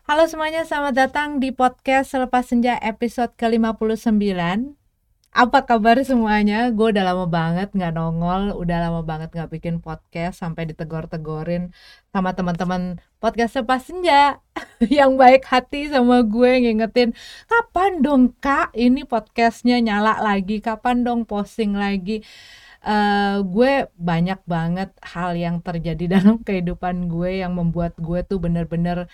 Halo semuanya, selamat datang di podcast Selepas Senja episode ke-59. Apa kabar semuanya? Gue udah lama banget gak nongol, udah lama banget gak bikin podcast, sampai ditegor-tegorin sama teman-teman podcast Selepas Senja yang baik hati sama gue, ngingetin, kapan dong kak ini podcastnya nyala lagi, kapan dong posting lagi. Gue banyak banget hal yang terjadi dalam kehidupan gue yang membuat gue tuh bener-bener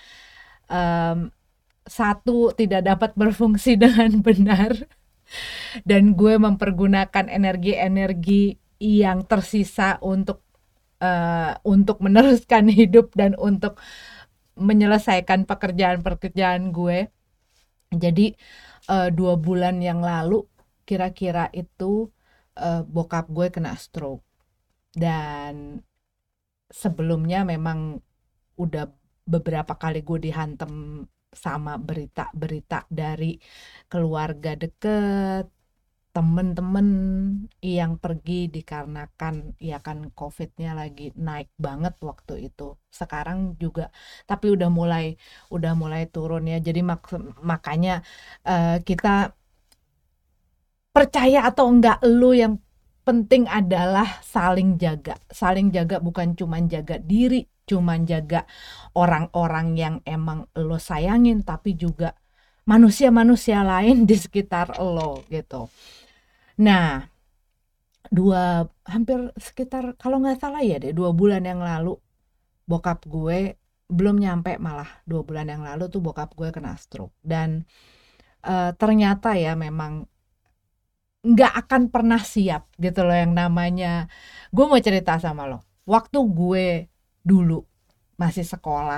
satu, tidak dapat berfungsi dengan benar, dan gue mempergunakan energi-energi yang tersisa untuk meneruskan hidup dan untuk menyelesaikan pekerjaan-pekerjaan gue. Jadi 2 bulan yang lalu kira-kira itu bokap gue kena stroke, dan sebelumnya memang udah beberapa kali gue dihantam sama berita-berita dari keluarga deket, temen-temen yang pergi dikarenakan ya kan COVID-nya lagi naik banget waktu itu. Sekarang juga tapi udah mulai turun ya. Jadi makanya kita percaya atau enggak lu, yang penting adalah saling jaga. Saling jaga bukan cuman jaga diri, cuman jaga orang-orang yang emang lo sayangin, tapi juga manusia-manusia lain di sekitar lo gitu. Nah, hampir sekitar, kalau nggak salah ya deh, 2 bulan yang lalu bokap gue, belum nyampe malah 2 bulan yang lalu tuh bokap gue kena stroke. Dan ternyata ya memang nggak akan pernah siap gitu loh yang namanya. Gue mau cerita sama lo, waktu gue dulu masih sekolah,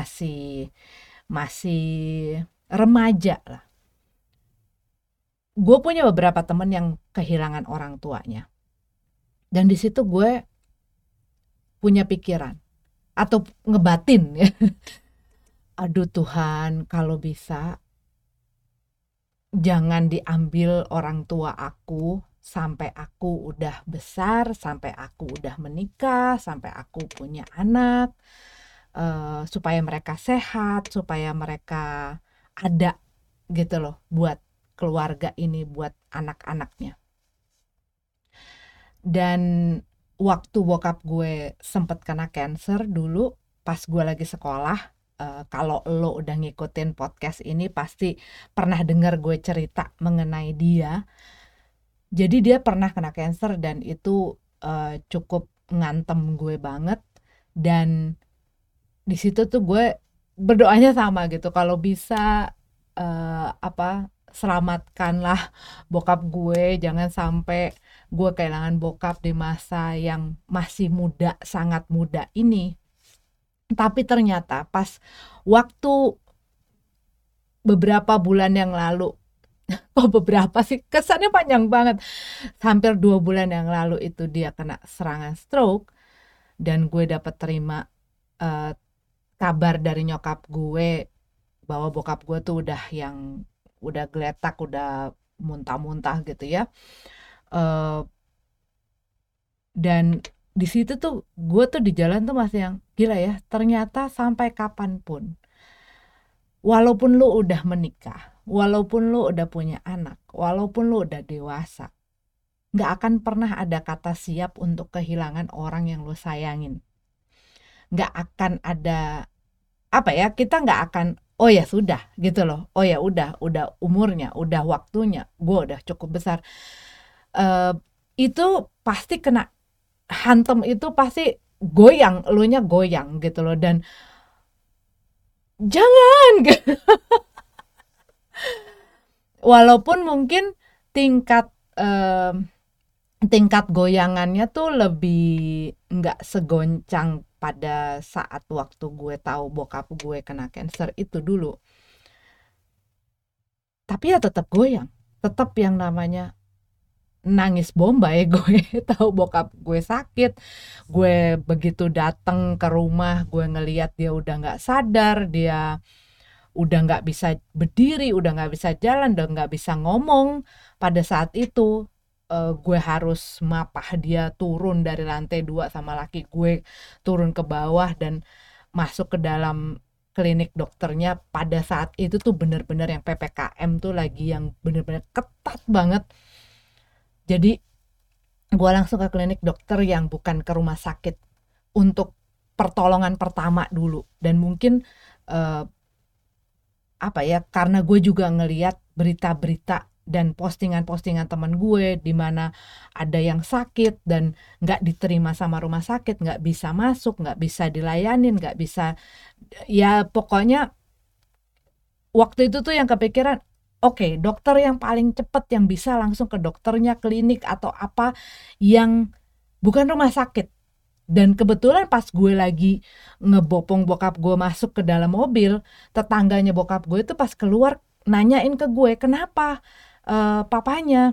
masih remaja lah, gue punya beberapa temen yang kehilangan orang tuanya, dan di situ gue punya pikiran atau ngebatin ya, aduh Tuhan, kalau bisa jangan diambil orang tua aku sampai aku udah besar, sampai aku udah menikah, sampai aku punya anak, supaya mereka sehat, supaya mereka ada gitu loh buat keluarga ini, buat anak-anaknya. Dan waktu bokap gue sempet kena cancer dulu pas gue lagi sekolah, kalau lo udah ngikutin podcast ini pasti pernah dengar gue cerita mengenai dia. Jadi dia pernah kena cancer dan itu cukup ngantem gue banget, dan di situ tuh gue berdoanya sama gitu, kalau bisa selamatkanlah bokap gue, jangan sampai gue kehilangan bokap di masa yang masih muda, sangat muda ini. Tapi ternyata pas waktu beberapa bulan yang lalu, kok beberapa sih, kesannya panjang banget, hampir 2 bulan yang lalu itu dia kena serangan stroke, dan gue dapat terima eh, kabar dari nyokap gue bahwa bokap gue tuh udah geletak, udah muntah-muntah gitu ya. Eh, dan di situ tuh gue tuh di jalan tuh masih yang gila ya, ternyata sampai kapanpun, walaupun lu udah menikah, walaupun lu udah punya anak, walaupun lu udah dewasa, nggak akan pernah ada kata siap untuk kehilangan orang yang lu sayangin. Nggak akan ada, apa ya, kita nggak akan, oh ya sudah gitu loh, oh ya udah umurnya, udah waktunya, gue udah cukup besar. Eh, itu pasti kena hantem, itu pasti goyang, elunya goyang gitu loh. Dan jangan walaupun mungkin tingkat tingkat goyangannya tuh lebih nggak segoncang pada saat waktu gue tahu bokap gue kena cancer itu dulu, tapi ya tetap goyang, tetap yang namanya nangis bombay gue tahu bokap gue sakit. Gue begitu datang ke rumah, gue ngelihat dia udah nggak sadar, dia udah nggak bisa berdiri, udah nggak bisa jalan, udah nggak bisa ngomong. Pada saat itu gue harus mapah dia turun dari lantai 2 sama laki gue, turun ke bawah dan masuk klinik dokternya pada saat itu tuh bener-bener yang PPKM tuh lagi yang bener-bener ketat banget. Jadi gue langsung ke klinik dokter yang bukan ke rumah sakit untuk pertolongan pertama dulu. Dan mungkin eh, apa ya, karena gue juga ngeliat berita-berita dan postingan-postingan teman gue di mana ada yang sakit dan nggak diterima sama rumah sakit, nggak bisa masuk, nggak bisa dilayanin, nggak bisa, ya pokoknya waktu itu tuh yang kepikiran, oke, dokter yang paling cepet yang bisa langsung ke dokternya, klinik atau apa yang bukan rumah sakit. Dan kebetulan pas gue lagi ngebopong bokap gue masuk ke dalam mobil, tetangganya bokap gue itu pas keluar nanyain ke gue, kenapa papanya?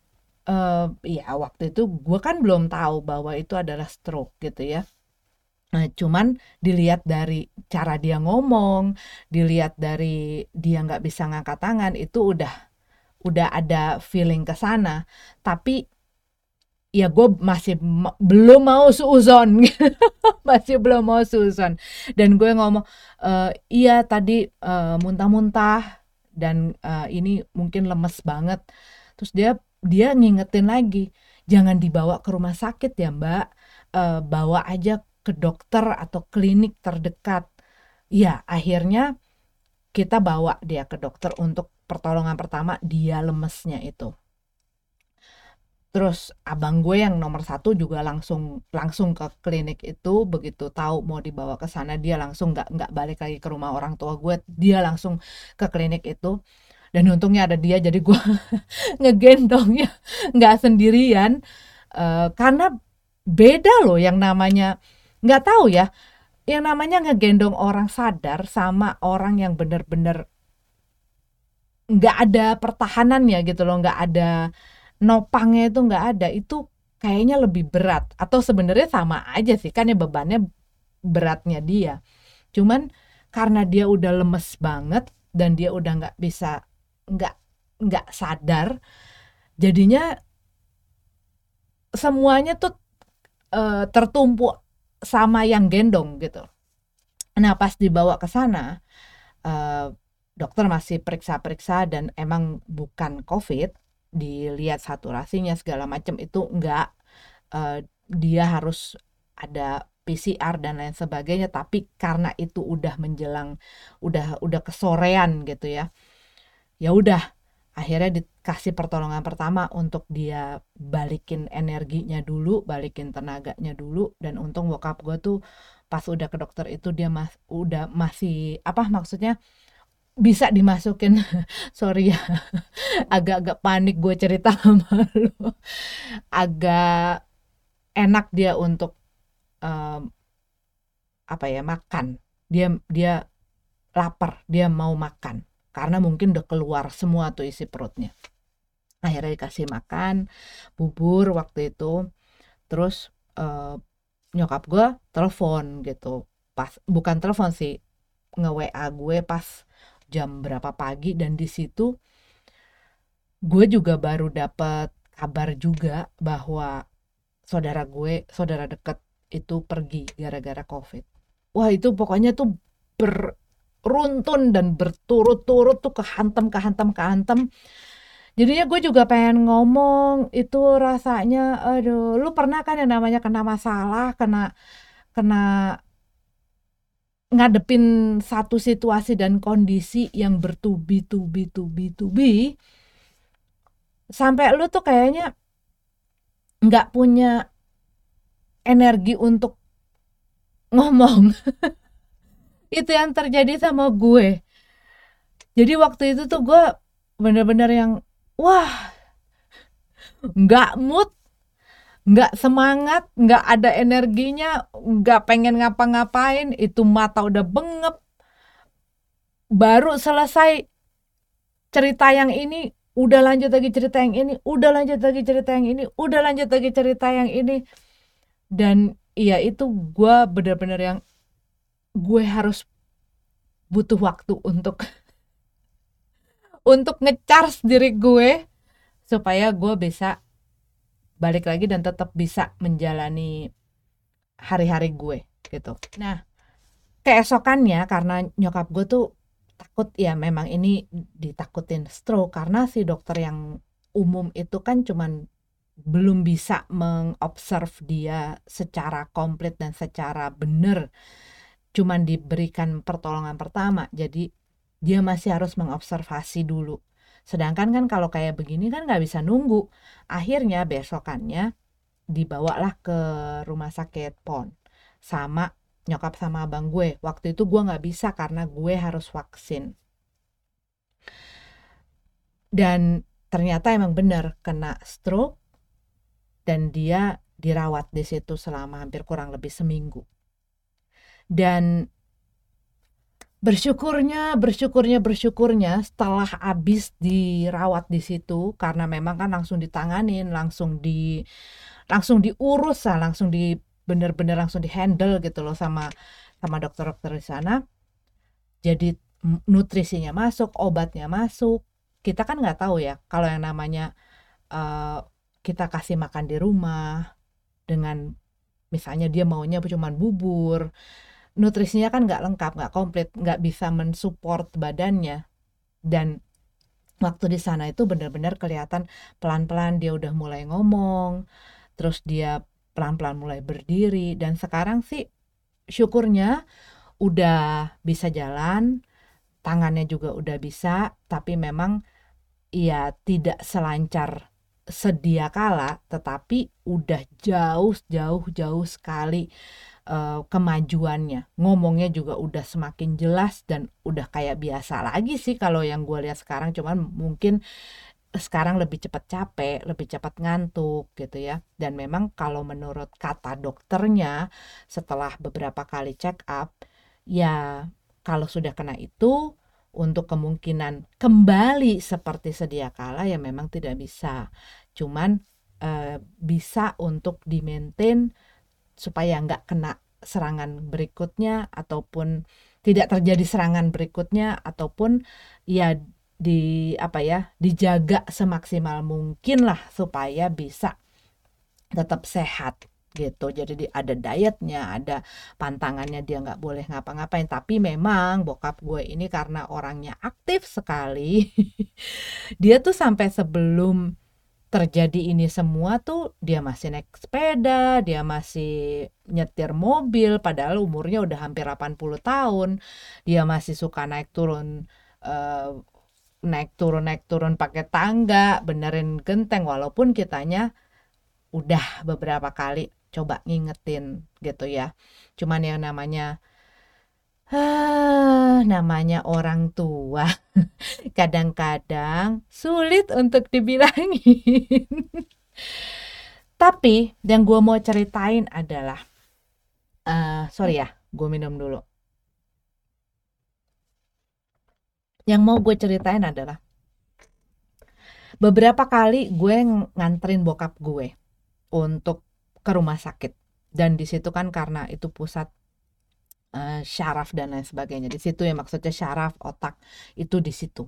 Ya waktu itu gue kan belum tahu bahwa itu adalah stroke gitu ya. Cuman dilihat dari cara dia ngomong, dilihat dari dia nggak bisa ngangkat tangan, itu udah ada feeling ke sana. Tapi ya gue masih belum mau suuzon masih belum mau suuzon, dan gue ngomong iya tadi muntah-muntah dan ini mungkin lemes banget. Terus dia ngingetin lagi, jangan dibawa ke rumah sakit ya mbak, bawa aja ke dokter atau klinik terdekat. Ya akhirnya kita bawa dia ke dokter untuk pertolongan pertama dia lemesnya itu. Terus abang gue yang nomor satu juga langsung ke klinik itu. Begitu tahu mau dibawa ke sana, dia langsung nggak balik lagi ke rumah orang tua gue, dia langsung ke klinik itu. Dan untungnya ada dia, jadi gue ngegendongnya nggak sendirian. Karena beda loh yang namanya, nggak tahu ya, yang namanya ngegendong orang sadar sama orang yang bener-bener nggak ada pertahanannya gitu loh, nggak ada nopangnya, itu nggak ada, itu kayaknya lebih berat. Atau sebenarnya sama aja sih kan ya, bebannya beratnya dia, cuman karena dia udah lemes banget dan dia udah nggak nggak sadar, jadinya semuanya tuh tertumpuk sama yang gendong gitu. Nah pas dibawa ke sana, eh, dokter masih periksa-periksa dan emang bukan COVID, dilihat saturasinya segala macam itu enggak, dia harus ada PCR dan lain sebagainya. Tapi karena itu udah menjelang, udah kesorean gitu ya, ya udah akhirnya dikasih pertolongan pertama untuk dia balikin energinya dulu, balikin tenaganya dulu. Dan untung bokap gue tuh pas udah ke dokter itu dia udah masih apa maksudnya bisa dimasukin sorry ya, agak-agak panik gue cerita sama lu, agak enak dia untuk em, apa ya, makan. Dia lapar, dia mau makan karena mungkin udah keluar semua tuh isi perutnya. Akhirnya dikasih makan bubur waktu itu. Terus nyokap gue telepon gitu, pas bukan telepon sih, nge-WA gue pas jam berapa pagi. Dan di situ gue juga baru dapet kabar juga bahwa saudara deket itu pergi gara-gara COVID. Wah itu pokoknya tuh beruntun dan berturut-turut tuh, kehantem. Jadinya gue juga pengen ngomong, itu rasanya, aduh, lu pernah kan yang namanya kena masalah, kena kena ngadepin satu situasi dan kondisi yang bertubi-tubi, sampai lu tuh kayaknya nggak punya energi untuk ngomong. Itu yang terjadi sama gue. Jadi waktu itu tuh gue bener-bener yang, wah, nggak mood, nggak semangat, nggak ada energinya, nggak pengen ngapa-ngapain. Itu mata udah bengep. Baru selesai cerita yang ini, udah lanjut lagi cerita yang ini, udah lanjut lagi cerita yang ini, udah lanjut lagi cerita yang ini. Dan iya itu gue bener-bener yang, gue harus butuh waktu untuk ngecharge diri gue supaya gue bisa balik lagi dan tetap bisa menjalani hari-hari gue gitu. Nah keesokannya karena nyokap gue tuh takut, ya memang ini ditakutin stroke karena si dokter yang umum itu kan cuman belum bisa mengobserv dia secara komplit dan secara benar, cuman diberikan pertolongan pertama, jadi dia masih harus mengobservasi dulu. Sedangkan kan kalau kayak begini kan nggak bisa nunggu. Akhirnya besokannya dibawalah ke rumah sakit PON sama nyokap sama abang gue. Waktu itu gue nggak bisa karena gue harus vaksin. Dan ternyata emang bener kena stroke dan dia dirawat di situ selama hampir kurang lebih seminggu. Dan bersyukurnya setelah habis dirawat di situ, karena memang kan langsung ditanganin, langsung diurus lah, bener-bener langsung dihandle gitu loh sama dokter-dokter di sana. Jadi nutrisinya masuk, obatnya masuk. Kita kan nggak tahu ya kalau yang namanya kita kasih makan di rumah dengan misalnya dia maunya cuma bubur, nutrisinya kan nggak lengkap, nggak komplit, nggak bisa mensupport badannya. Dan waktu di sana itu benar-benar kelihatan pelan-pelan dia udah mulai ngomong, terus dia pelan-pelan mulai berdiri, dan sekarang sih syukurnya udah bisa jalan, tangannya juga udah bisa, tapi memang ya tidak selancar sedia kala, tetapi udah jauh sekali kemajuannya. Ngomongnya juga udah semakin jelas dan udah kayak biasa lagi sih kalau yang gue lihat sekarang, cuman mungkin sekarang lebih cepat capek, lebih cepat ngantuk gitu ya. Dan memang kalau menurut kata dokternya setelah beberapa kali check up, ya kalau sudah kena itu untuk kemungkinan kembali seperti sedia kala ya memang tidak bisa. Cuman bisa untuk di-maintain supaya nggak kena serangan berikutnya, ataupun tidak terjadi serangan berikutnya, ataupun ya dijaga semaksimal mungkin lah supaya bisa tetap sehat gitu. Jadi ada dietnya, ada pantangannya, dia nggak boleh ngapa-ngapain. Tapi memang bokap gue ini karena orangnya aktif sekali, dia tuh sampai sebelum terjadi ini semua tuh dia masih naik sepeda, dia masih nyetir mobil padahal umurnya udah hampir 80 tahun. Dia masih suka eh, naik turun pakai tangga, benerin genteng, walaupun kitanya udah beberapa kali coba ngingetin gitu ya. Cuman yang namanya orang tua kadang-kadang sulit untuk dibilangin. Tapi yang gue mau ceritain adalah, sorry ya, gue minum dulu. Yang mau gue ceritain adalah beberapa kali gue nganterin bokap gue untuk ke rumah sakit, dan di situ kan karena itu pusat syaraf dan lain sebagainya. Di situ ya, maksudnya syaraf otak itu di situ.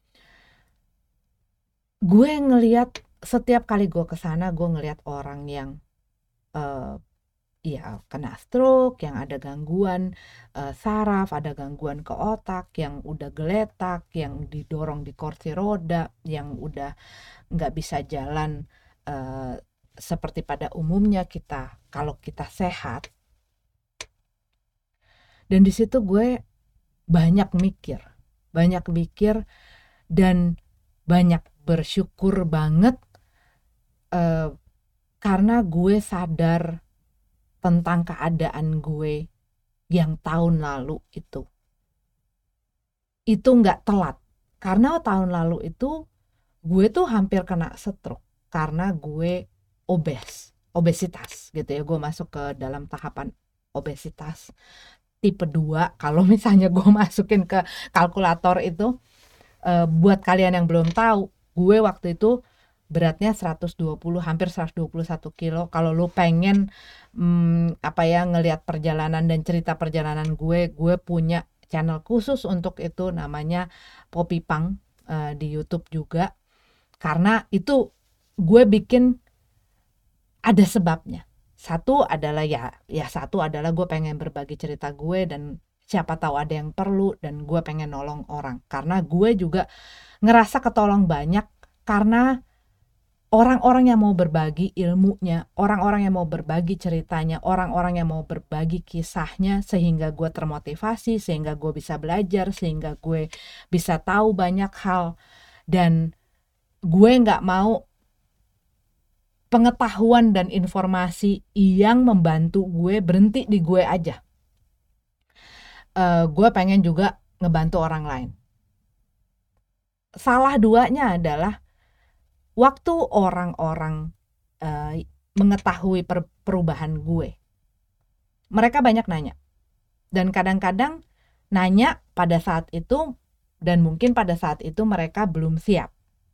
Gue ngelihat setiap kali gue kesana, gue ngelihat orang yang ya kena stroke, yang ada gangguan saraf, ada gangguan ke otak, yang udah geletak, yang didorong di kursi roda, yang udah nggak bisa jalan seperti pada umumnya kita kalau kita sehat. Dan di situ gue banyak mikir dan banyak bersyukur banget karena gue sadar tentang keadaan gue yang tahun lalu itu nggak telat, karena tahun lalu itu gue tuh hampir kena stroke karena gue obesitas gitu ya. Gue masuk ke dalam tahapan obesitas tipe 2 kalau misalnya gue masukin ke kalkulator itu. Buat kalian yang belum tahu, gue waktu itu beratnya 120, hampir 121 kilo. Kalau lu pengen ngelihat perjalanan dan cerita perjalanan gue punya channel khusus untuk itu, namanya Poppy Pang, di YouTube juga. Karena itu gue bikin ada sebabnya. Satu adalah gue pengen berbagi cerita gue dan siapa tahu ada yang perlu dan gue pengen nolong orang. Karena gue juga ngerasa ketolong banyak karena orang-orang yang mau berbagi ilmunya, orang-orang yang mau berbagi ceritanya, orang-orang yang mau berbagi kisahnya, sehingga gue termotivasi, sehingga gue bisa belajar, sehingga gue bisa tahu banyak hal. Dan gue nggak mau pengetahuan dan informasi yang membantu gue berhenti di gue aja. Gue pengen juga ngebantu orang lain. Salah duanya adalah waktu orang-orang mengetahui perubahan gue, mereka banyak nanya. Dan kadang-kadang nanya pada saat itu, dan mungkin pada saat itu mereka belum siap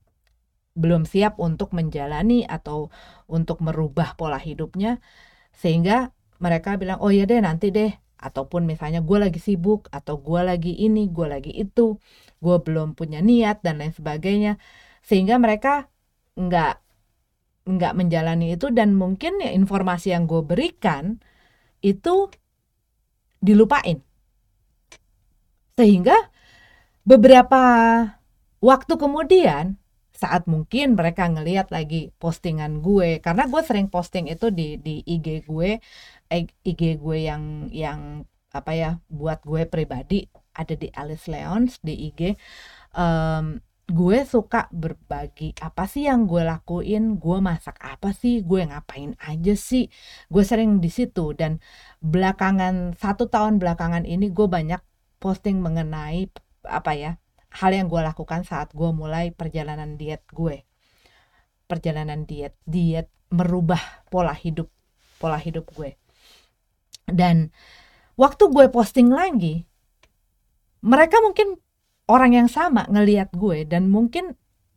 untuk menjalani atau untuk merubah pola hidupnya, sehingga mereka bilang, oh ya deh nanti deh, ataupun misalnya gue lagi sibuk, atau gue lagi ini, gue lagi itu, gue belum punya niat dan lain sebagainya, sehingga mereka nggak menjalani itu. Dan mungkin ya informasi yang gue berikan itu dilupain, sehingga beberapa waktu kemudian saat mungkin mereka ngelihat lagi postingan gue, karena gue sering posting itu di IG gue, yang apa ya, buat gue pribadi, ada di Alice Leons di IG. Gue suka berbagi apa sih yang gue lakuin, gue masak apa sih, gue ngapain aja sih, gue sering di situ. Dan belakangan 1 tahun belakangan ini gue banyak posting mengenai apa ya, hal yang gue lakukan saat gue mulai perjalanan diet merubah pola hidup gue. Dan waktu gue posting lagi, mereka mungkin orang yang sama ngelihat gue dan mungkin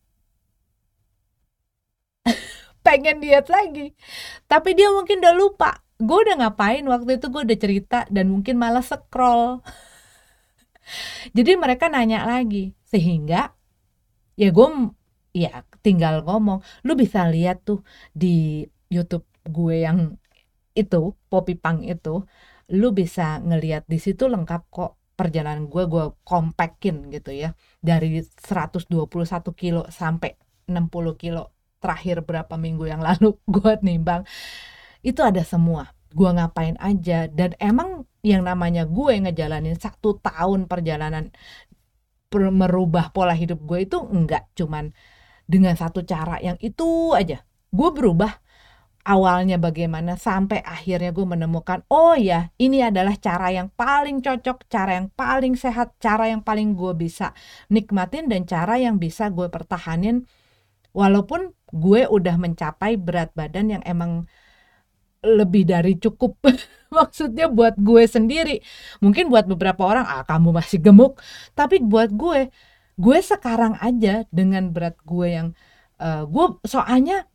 pengen diet lagi, tapi dia mungkin udah lupa gue udah ngapain waktu itu. Gue udah cerita dan mungkin malah scroll. Jadi mereka nanya lagi, sehingga ya gue ya tinggal ngomong, lu bisa lihat tuh di YouTube gue yang itu Poppy Pang itu, lu bisa ngelihat di situ lengkap kok perjalanan gue compact-in gitu ya, dari 121 kilo sampai 60 kilo terakhir berapa minggu yang lalu gue nimbang, itu ada semua gue ngapain aja. Dan emang yang namanya gue ngejalanin 1 tahun perjalanan merubah pola hidup gue itu enggak cuman dengan satu cara yang itu aja. Gue berubah awalnya bagaimana sampai akhirnya gue menemukan, oh ya ini adalah cara yang paling cocok, cara yang paling sehat, cara yang paling gue bisa nikmatin, dan cara yang bisa gue pertahanin walaupun gue udah mencapai berat badan yang emang lebih dari cukup. Maksudnya buat gue sendiri, mungkin buat beberapa orang kamu masih gemuk, tapi buat gue sekarang aja dengan berat gue yang gue soalnya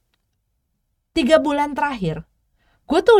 3 bulan terakhir gue tuh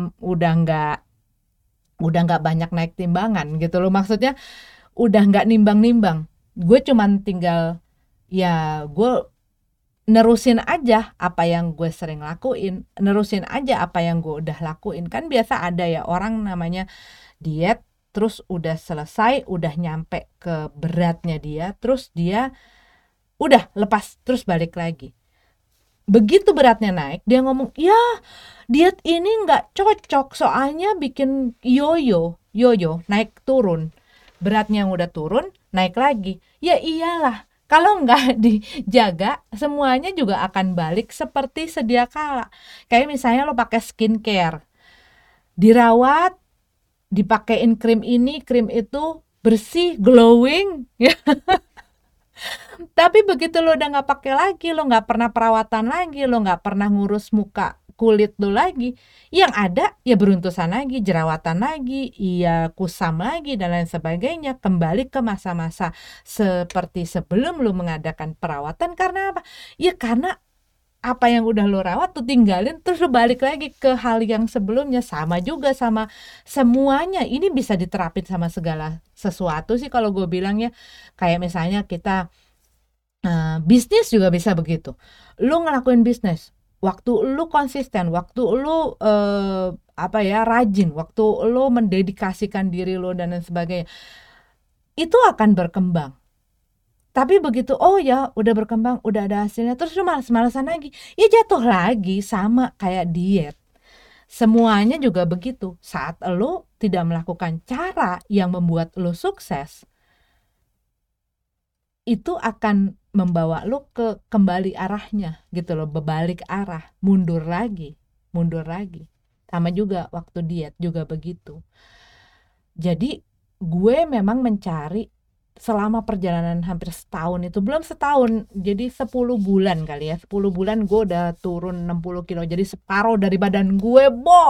udah nggak banyak naik timbangan gitu loh. Maksudnya udah nggak nimbang-nimbang, gue cuman tinggal ya gue nerusin aja apa yang gue sering lakuin, nerusin aja apa yang gue udah lakuin. Kan biasa ada ya orang namanya diet, terus udah selesai, udah nyampe ke beratnya dia, terus dia udah lepas, terus balik lagi. Begitu beratnya naik, dia ngomong, ya diet ini nggak cocok, soalnya bikin yoyo, naik turun. Beratnya yang udah turun, naik lagi. Ya iyalah, kalau nggak dijaga, semuanya juga akan balik seperti sedia kala. Kayak misalnya lo pakai skincare, dirawat, dipakein krim ini, krim itu, bersih, glowing, ya. Tapi begitu lo udah nggak pakai lagi, lo nggak pernah perawatan lagi, lo nggak pernah ngurus muka kulit lo lagi, yang ada ya beruntusan lagi, jerawatan lagi, ya kusam lagi dan lain sebagainya. Kembali ke masa-masa seperti sebelum lo mengadakan perawatan. Karena apa? Ya karena apa yang udah lo rawat tuh tinggalin, terus lo balik lagi ke hal yang sebelumnya. Sama juga sama semuanya, ini bisa diterapin sama segala sesuatu sih kalau gue bilang ya. Kayak misalnya kita bisnis juga bisa begitu. Lu ngelakuin bisnis, waktu lu konsisten, waktu lu rajin, waktu lo mendedikasikan diri lo dan lain sebagainya, itu akan berkembang. Tapi begitu udah berkembang, udah ada hasilnya, terus lo malas-malasan lagi, ya jatuh lagi sama kayak diet. Semuanya juga begitu. Saat lo tidak melakukan cara yang membuat lo sukses, itu akan membawa lo ke kembali arahnya gitu loh, berbalik arah, mundur lagi. Sama juga waktu diet juga begitu. Jadi gue memang mencari selama perjalanan hampir setahun itu, belum setahun, jadi 10 bulan kali ya, 10 bulan gue udah turun 60 kilo, jadi separuh dari badan gue,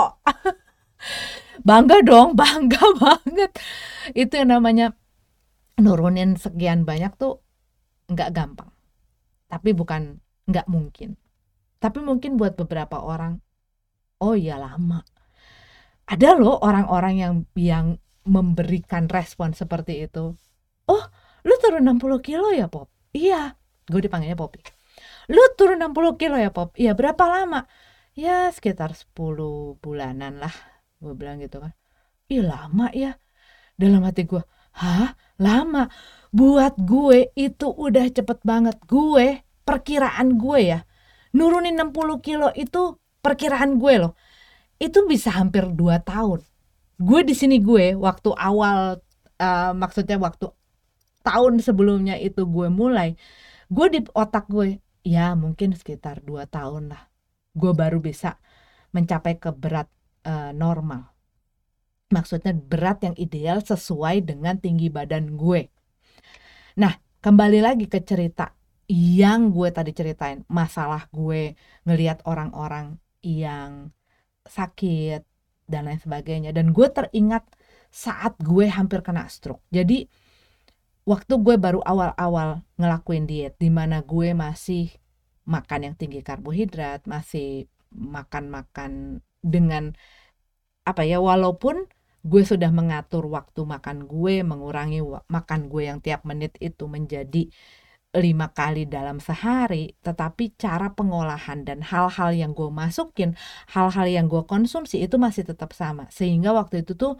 bangga dong, bangga banget. Itu yang namanya nurunin sekian banyak tuh nggak gampang, tapi bukan nggak mungkin. Tapi mungkin buat beberapa orang, ya lama. Ada loh orang-orang yang memberikan respon seperti itu. Oh, lu turun 60 kilo ya, Pop? Iya, gue dipanggilnya Popi. Lu turun 60 kilo ya, Pop? Iya, berapa lama? Ya, sekitar 10 bulanan lah, gue bilang gitu kan. Ih, lama ya. Dalam hati gue, hah? Lama? Buat gue itu udah cepet banget. Perkiraan gue ya, nurunin 60 kilo itu perkiraan gue loh. Itu bisa hampir 2 tahun. Gue di sini waktu awal, maksudnya waktu tahun sebelumnya itu gue mulai, gue di otak gue, ya mungkin sekitar 2 tahun lah, gue baru bisa mencapai ke berat normal. Maksudnya berat yang ideal sesuai dengan tinggi badan gue. Nah, kembali lagi ke cerita yang gue tadi ceritain, masalah gue ngelihat orang-orang yang sakit dan lain sebagainya, dan gue teringat saat gue hampir kena stroke. Jadi waktu gue baru awal-awal ngelakuin diet, dimana gue masih makan yang tinggi karbohidrat, masih makan dengan walaupun gue sudah mengatur waktu makan gue, mengurangi makan gue yang tiap menit itu menjadi 5 kali dalam sehari, tetapi cara pengolahan dan hal-hal yang gue masukin, hal-hal yang gue konsumsi itu masih tetap sama. Sehingga waktu itu tuh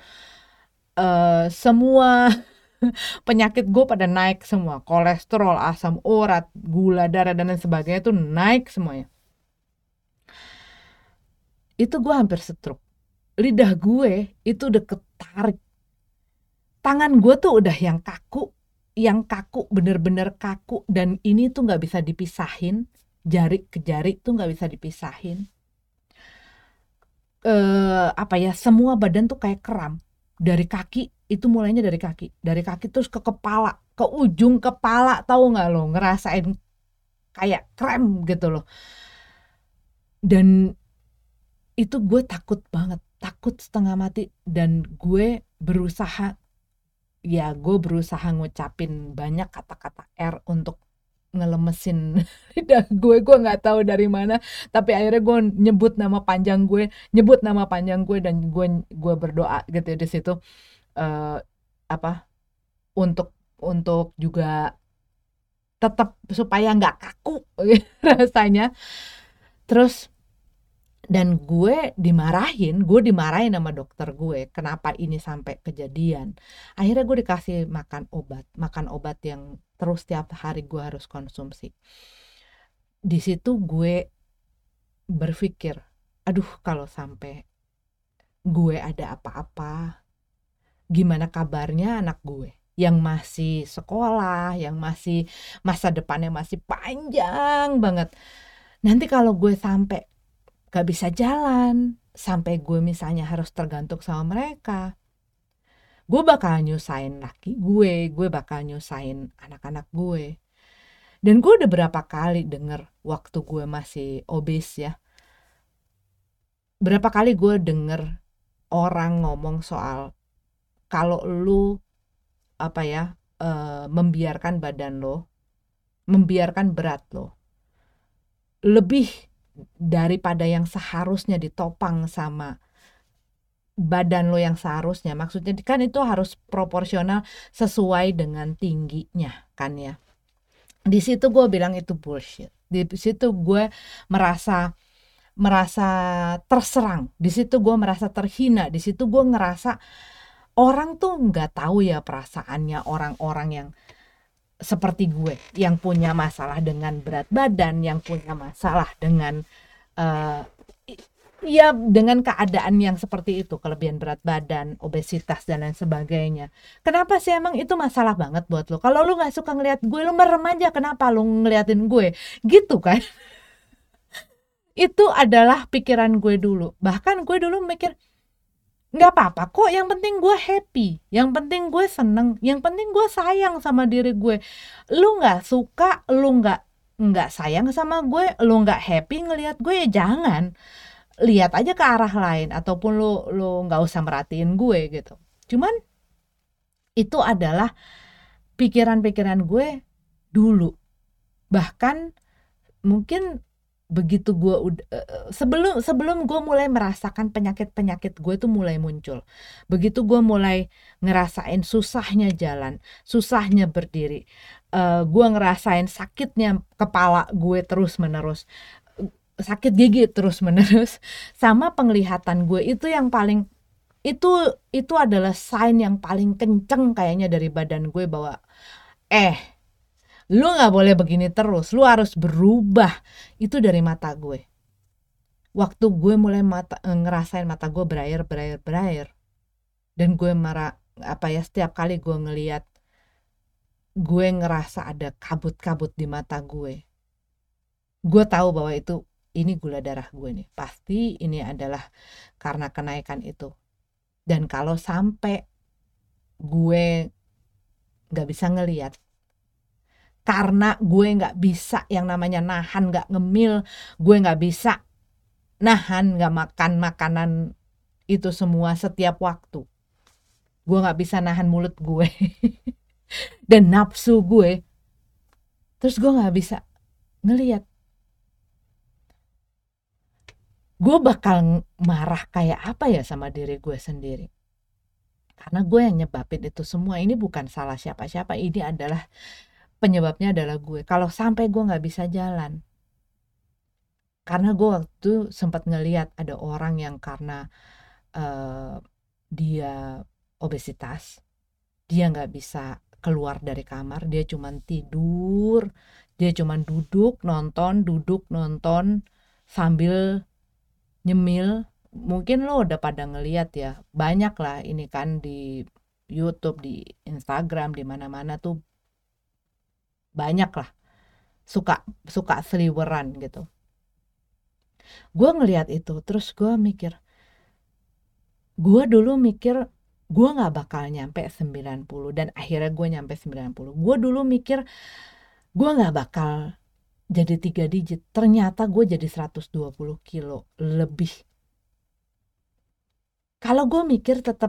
semua penyakit gue pada naik semua, kolesterol, asam urat, gula darah dan lain sebagainya tuh naik semuanya. Itu gue hampir stroke. Lidah gue itu udah ketarik, tangan gue tuh udah yang kaku, bener-bener kaku, dan ini tuh nggak bisa dipisahin, jari ke jari tuh nggak bisa dipisahin. Semua badan tuh kayak kram. Dari kaki, itu mulainya dari kaki terus ke kepala, ke ujung kepala, tahu nggak lo, ngerasain kayak krem gitu loh. Dan itu gue takut banget, takut setengah mati, dan gue berusaha ngucapin banyak kata-kata R untuk ngelemesin lidah gue nggak tahu dari mana, tapi akhirnya gue nyebut nama panjang gue dan gue berdoa gitu ya di situ, untuk juga tetap supaya nggak kaku rasanya. Terus dan gue dimarahin sama dokter gue, kenapa ini sampai kejadian. Akhirnya gue dikasih makan obat yang terus tiap hari gue harus konsumsi. Di situ gue berpikir, aduh, kalau sampai gue ada apa-apa, gimana kabarnya anak gue yang masih sekolah, yang masih masa depannya masih panjang banget. Nanti kalau gue sampai gak bisa jalan, sampai gue misalnya harus tergantung sama mereka, gue bakal nyusahin laki gue bakal nyusahin anak-anak gue. Dan gue udah berapa kali denger waktu gue masih obes ya, berapa kali gue denger orang ngomong soal kalau lu membiarkan badan lo, membiarkan berat lo lebih daripada yang seharusnya ditopang sama badan lo yang seharusnya. Maksudnya kan itu harus proporsional sesuai dengan tingginya kan ya. Di situ gue bilang itu bullshit. Di situ gue merasa merasa terserang, di situ gue merasa terhina, di situ gue ngerasa orang tuh nggak tahu ya perasaannya orang-orang yang seperti gue, yang punya masalah dengan berat badan, yang punya masalah dengan eh, ya dengan keadaan yang seperti itu, kelebihan berat badan, obesitas dan lain sebagainya. Kenapa sih emang itu masalah banget buat lo? Kalau lo nggak suka ngeliat gue, lo merem aja. Kenapa lo ngeliatin gue? Gitu kan? Itu adalah pikiran gue dulu. Bahkan gue dulu mikir, nggak apa-apa kok, yang penting gue happy, yang penting gue seneng, yang penting gue sayang sama diri gue. Lu nggak suka, lu nggak sayang sama gue, lu nggak happy ngelihat gue, ya jangan. Lihat aja ke arah lain, ataupun lu nggak usah merhatiin gue gitu. Cuman itu adalah pikiran-pikiran gue dulu. Bahkan mungkin begitu gue sebelum sebelum gue mulai merasakan penyakit gue tuh mulai muncul. Begitu gue mulai ngerasain susahnya jalan, susahnya berdiri, gue ngerasain sakitnya kepala gue terus menerus, sakit gigi terus menerus, sama penglihatan gue itu yang paling, itu itu adalah sign yang paling kenceng kayaknya dari badan gue bahwa eh lu nggak boleh begini terus, lu harus berubah. Itu dari mata gue. Waktu gue mulai ngerasain mata gue berair, dan gue marah, apa ya, setiap kali gue ngeliat, gue ngerasa ada kabut-kabut di mata gue tahu bahwa ini gula darah gue nih, pasti ini adalah karena kenaikan itu. Dan kalau sampai gue nggak bisa ngeliat, karena gue nggak bisa yang namanya nahan, nggak ngemil, gue nggak bisa nahan nggak makan makanan itu semua setiap waktu, gue nggak bisa nahan mulut gue dan nafsu gue, terus gue nggak bisa ngelihat, gue bakal marah kayak apa ya sama diri gue sendiri. Karena gue yang nyebabin itu semua, ini bukan salah siapa-siapa, ini adalah penyebabnya adalah gue. Kalau sampai gue nggak bisa jalan, karena gue waktu sempat ngelihat ada orang yang karena dia obesitas, dia nggak bisa keluar dari kamar, dia cuman tidur, dia cuman duduk nonton sambil nyemil. Mungkin lo udah pada ngeliat ya, banyak lah ini kan di YouTube, di Instagram, di mana-mana tuh banyak lah suka suka seliweran gitu. Gue ngeliat itu terus gue dulu mikir gue nggak bakal nyampe 90, dan akhirnya gue nyampe 90. Gue dulu mikir gue nggak bakal jadi 3 digit, ternyata gue jadi 120 kilo lebih. Kalau gue mikir tetap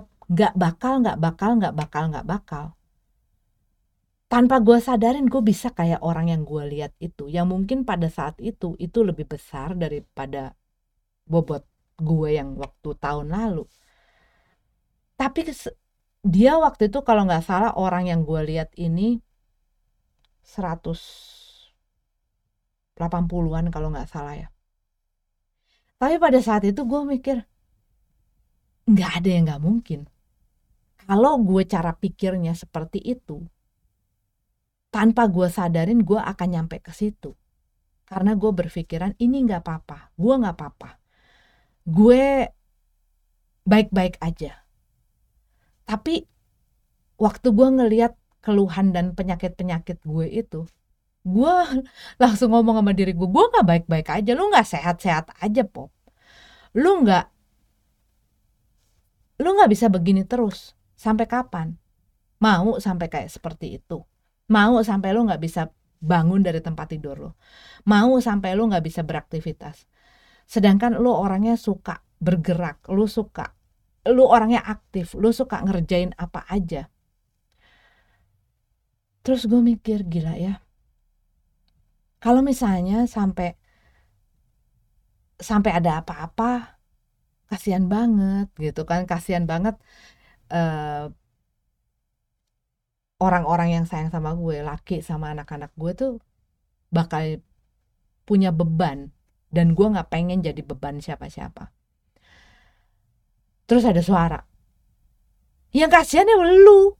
nggak bakal, tanpa gue sadarin gue bisa kayak orang yang gue lihat itu, yang mungkin pada saat itu lebih besar daripada bobot gue yang waktu tahun lalu. Tapi dia waktu itu kalau nggak salah, orang yang gue lihat ini 180-an kalau nggak salah ya. Tapi pada saat itu gue mikir nggak ada yang nggak mungkin. Kalau gue cara pikirnya seperti itu, tanpa gue sadarin gue akan nyampe ke situ. Karena gue berpikiran ini nggak apa-apa, gue nggak apa-apa, gue baik-baik aja. Tapi waktu gue ngelihat keluhan dan penyakit-penyakit gue itu, gue langsung ngomong sama diri gue nggak baik-baik aja, lu nggak sehat-sehat aja, Pop. Lu nggak bisa begini terus. Sampai kapan? Mau sampai kayak seperti itu? Mau sampai lu nggak bisa bangun dari tempat tidur lu? Mau sampai lu nggak bisa beraktivitas? Sedangkan lu orangnya suka bergerak, lu orangnya aktif, lu suka ngerjain apa aja. Terus gue mikir, gila ya, kalau misalnya sampai ada apa-apa, kasihan banget gitu kan, kasihan banget eh, orang-orang yang sayang sama gue, laki sama anak-anak gue tuh bakal punya beban dan gue nggak pengen jadi beban siapa-siapa. Terus ada suara, yang kasihan ya lu.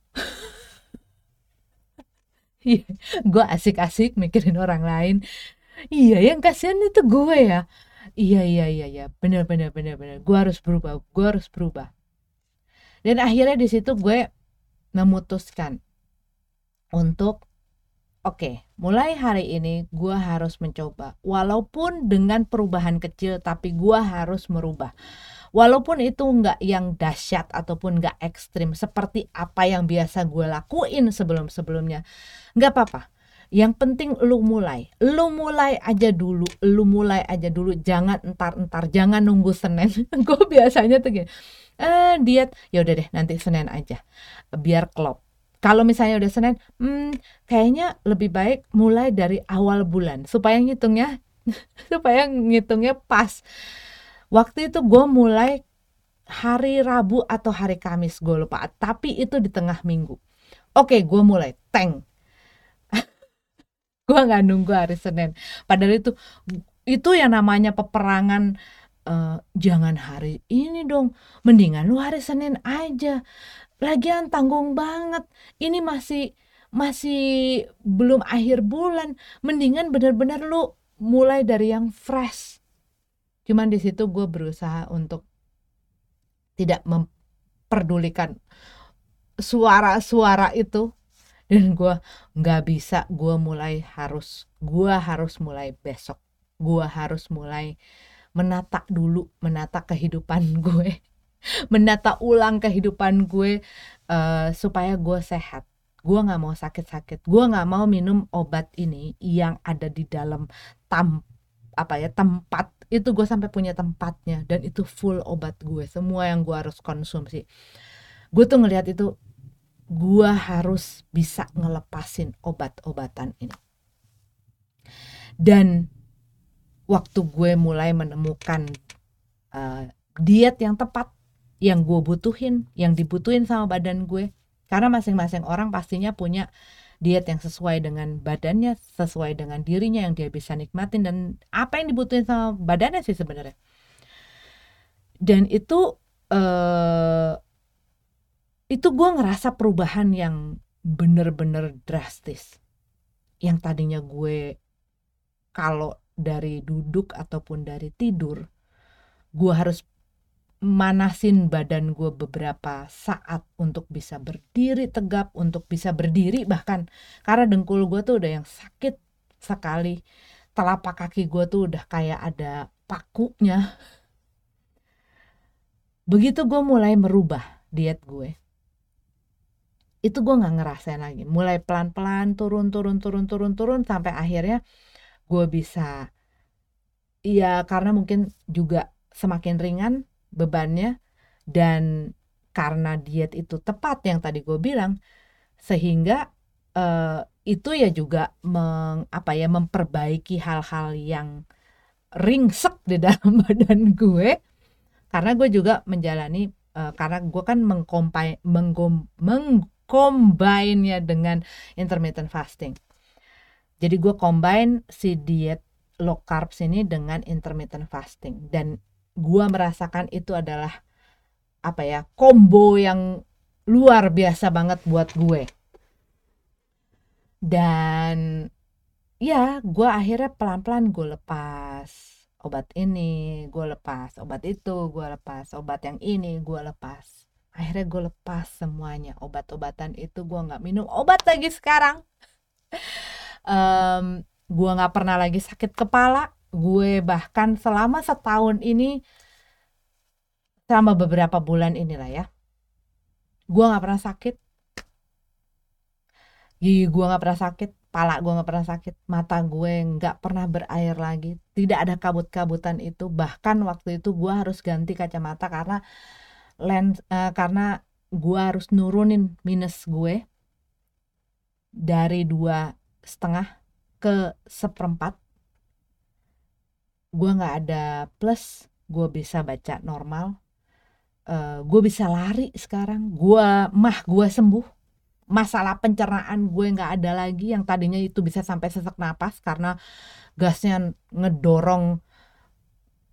Gue asik-asik mikirin orang lain. Iya, yang kasihan itu gue ya. Iya, bener bener bener bener. Gue harus berubah, gue harus berubah. Dan akhirnya di situ gue memutuskan untuk oke, mulai hari ini gue harus mencoba. Walaupun dengan perubahan kecil, tapi gue harus merubah. Walaupun itu nggak yang dahsyat ataupun nggak ekstrim seperti apa yang biasa gue lakuin sebelum-sebelumnya, nggak apa-apa. Yang penting lu mulai aja dulu, jangan entar, jangan nunggu Senin. Gue biasanya tuh gini, diet, ya udah deh nanti Senin aja, biar klop. Kalau misalnya udah Senin, kayaknya lebih baik mulai dari awal bulan supaya ngitungnya pas. Waktu itu gue mulai hari Rabu atau hari Kamis, gue lupa, tapi itu di tengah minggu. Oke, gue mulai tank. Gue nggak nunggu hari Senin. Padahal itu yang namanya peperangan. Jangan hari ini dong, mendingan lu hari Senin aja. Lagian tanggung banget. Ini masih belum akhir bulan. Mendingan bener-bener lu mulai dari yang fresh. Cuman di situ gue berusaha untuk tidak memperdulikan suara-suara itu, dan gue nggak bisa. Gue harus mulai besok. Gue harus mulai menata kehidupan gue, menata ulang kehidupan gue, supaya gue sehat. Gue nggak mau sakit-sakit. Gue nggak mau minum obat ini yang ada di dalam tempat itu. Gue sampai punya tempatnya dan itu full obat gue, semua yang gue harus konsumsi. Gue tuh ngelihat itu, gue harus bisa ngelepasin obat-obatan ini. Dan waktu gue mulai menemukan diet yang tepat, yang gue butuhin, yang dibutuhin sama badan gue, karena masing-masing orang pastinya punya diet yang sesuai dengan badannya, sesuai dengan dirinya, yang dia bisa nikmatin dan apa yang dibutuhin sama badannya sih sebenarnya. Dan itu gue ngerasa perubahan yang bener-bener drastis. Yang tadinya gue kalau dari duduk ataupun dari tidur, gue harus manasin badan gue beberapa saat untuk bisa berdiri tegap, untuk bisa berdiri bahkan, karena dengkul gue tuh udah yang sakit sekali. Telapak kaki gue tuh udah kayak ada pakunya. Begitu gue mulai merubah diet gue, itu gue gak ngerasain lagi. Mulai pelan-pelan turun sampai akhirnya gue bisa, ya karena mungkin juga semakin ringan bebannya, dan karena diet itu tepat yang tadi gue bilang, sehingga itu ya juga memperbaiki hal-hal yang ringsek di dalam badan gue. Karena gue juga menjalani, karena gue kan mengcombine-nya dengan intermittent fasting. Jadi gue combine si diet low carbs ini dengan intermittent fasting, dan gue merasakan itu adalah combo yang luar biasa banget buat gue. Dan ya gue akhirnya pelan-pelan gue lepas obat ini, gue lepas obat itu, gue lepas obat yang ini, gue lepas. Akhirnya gue lepas semuanya, obat-obatan itu gue gak minum obat lagi sekarang. Gue gak pernah lagi sakit kepala. Gue bahkan selama setahun ini, selama beberapa bulan inilah ya, gue gak pernah sakit. Gigi gue gak pernah sakit, kepala gue gak pernah sakit, mata gue gak pernah berair lagi, tidak ada kabut-kabutan itu. Bahkan waktu itu gue harus ganti kacamata karena gue harus nurunin minus gue dari 2,5 ke 1/4. Gue gak ada plus, gue bisa baca normal, gue bisa lari sekarang, gue sembuh. Masalah pencernaan gue gak ada lagi, yang tadinya itu bisa sampai sesak napas karena gasnya ngedorong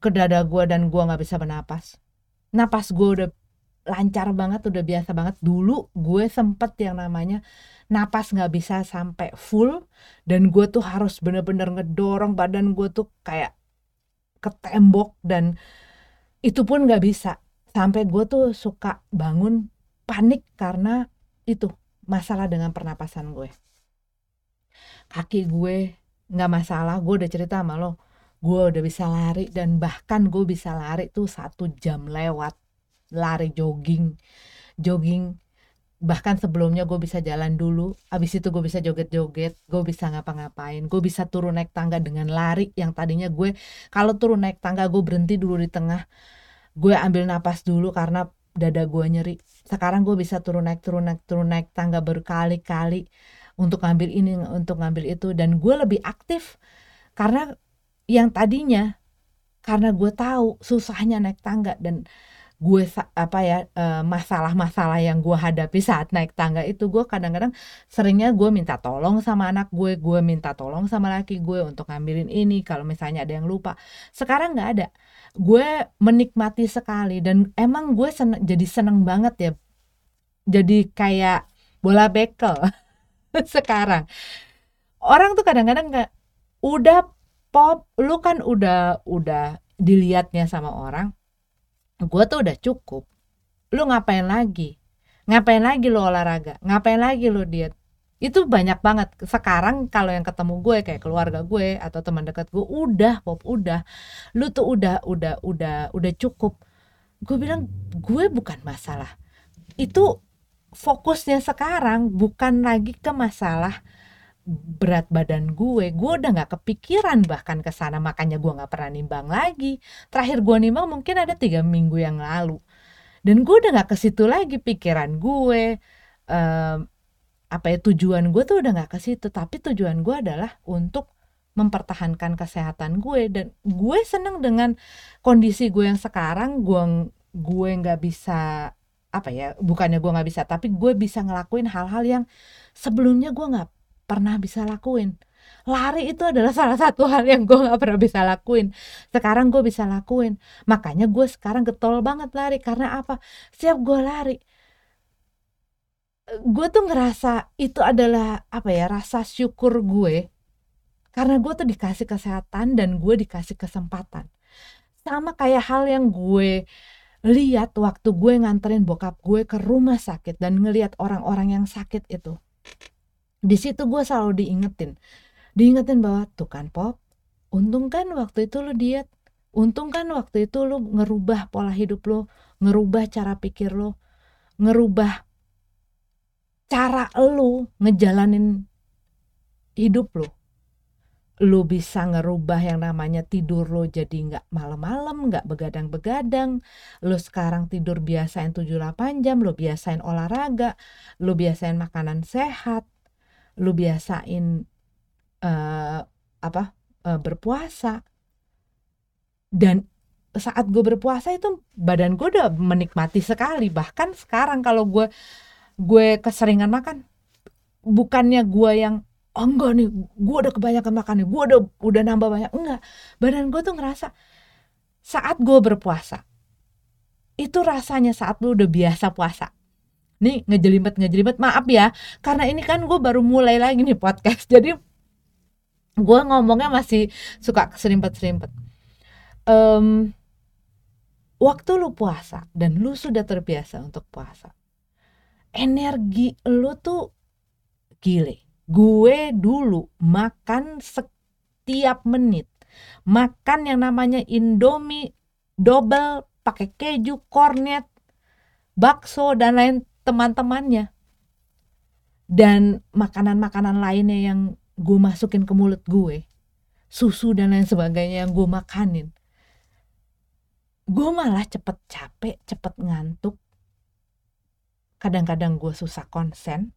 ke dada gue dan gue nggak bisa bernapas. Napas gue udah lancar banget, udah biasa banget. Dulu gue sempet yang namanya napas nggak bisa sampai full, dan gue tuh harus bener-bener ngedorong badan gue tuh kayak ke tembok, dan itu pun nggak bisa. Sampai gue tuh suka bangun panik karena itu masalah dengan pernapasan gue. Kaki gue nggak masalah, gue udah cerita sama lo, gue udah bisa lari, dan bahkan gue bisa lari tuh 1 jam lewat, lari jogging. Bahkan sebelumnya gue bisa jalan dulu, abis itu gue bisa joget-joget, gue bisa ngapa-ngapain, gue bisa turun naik tangga dengan lari. Yang tadinya gue kalau turun naik tangga gue berhenti dulu di tengah, gue ambil napas dulu karena dada gue nyeri. Sekarang gue bisa turun naik tangga berkali-kali untuk ngambil ini, untuk ngambil itu, dan gue lebih aktif. Karena yang tadinya, karena gue tahu susahnya naik tangga, dan gue masalah-masalah yang gue hadapi saat naik tangga itu, gue kadang-kadang seringnya gue minta tolong sama anak gue minta tolong sama laki gue untuk ngambilin ini kalau misalnya ada yang lupa. Sekarang nggak ada. Gue menikmati sekali, dan emang gue jadi seneng banget ya, jadi kayak bola bekel. Sekarang orang tuh kadang-kadang nggak, udah pop, lu kan udah dilihatnya sama orang, gue tuh udah cukup. Lu ngapain lagi lu olahraga, ngapain lagi lu diet? Itu banyak banget sekarang kalau yang ketemu gue kayak keluarga gue atau teman dekat gue, udah pop, udah lu tuh udah cukup. Gue bilang gue bukan masalah itu, fokusnya sekarang bukan lagi ke masalah berat badan gue udah nggak kepikiran bahkan ke sana, makanya gue nggak pernah nimbang lagi. Terakhir gue nimbang mungkin ada 3 minggu yang lalu, dan gue udah nggak ke situ lagi pikiran gue. Tujuan gue tuh udah nggak ke situ, tapi tujuan gue adalah untuk mempertahankan kesehatan gue, dan gue seneng dengan kondisi gue yang sekarang. Gue nggak bisa, bukannya gue nggak bisa, tapi gue bisa ngelakuin hal-hal yang sebelumnya gue nggak pernah bisa lakuin. Lari itu adalah salah satu hal yang gue nggak pernah bisa lakuin, sekarang gue bisa lakuin. Makanya gue sekarang getol banget lari, karena apa? Setiap gue lari, gue tuh ngerasa itu adalah rasa syukur gue, karena gue tuh dikasih kesehatan dan gue dikasih kesempatan. Sama kayak hal yang gue lihat waktu gue nganterin bokap gue ke rumah sakit dan ngelihat orang-orang yang sakit itu. Di situ gue selalu diingetin bahwa tuh kan Pop, untung kan waktu itu lu diet, untung kan waktu itu lu ngerubah pola hidup lu, ngerubah cara pikir lu, ngerubah cara lu ngejalanin hidup lu. Lu bisa ngerubah yang namanya tidur lu jadi gak malam-malam, gak begadang-begadang. Lu sekarang tidur biasain 7-8 jam, lu biasain olahraga, lu biasain makanan sehat, lu biasain berpuasa. Dan saat gue berpuasa itu badan gue udah menikmati sekali. Bahkan sekarang kalau gue keseringan makan, bukannya gue yang enggak nih, gue udah kebanyakan makan nih, gue udah nambah banyak, enggak. Badan gue tuh ngerasa saat gue berpuasa itu rasanya saat lu udah biasa puasa. Nih ngejelimet, maaf ya, karena ini kan gue baru mulai lagi nih podcast, jadi gue ngomongnya masih suka keserimpet-serimpet. Waktu lu puasa dan lu sudah terbiasa untuk puasa, energi lu tuh gile. Gue dulu makan setiap menit, makan yang namanya Indomie double pakai keju, kornet, bakso dan lain teman-temannya, dan makanan-makanan lainnya yang gue masukin ke mulut gue, susu dan lain sebagainya yang gue makanin. Gue malah cepet capek, cepet ngantuk, kadang-kadang gue susah konsen.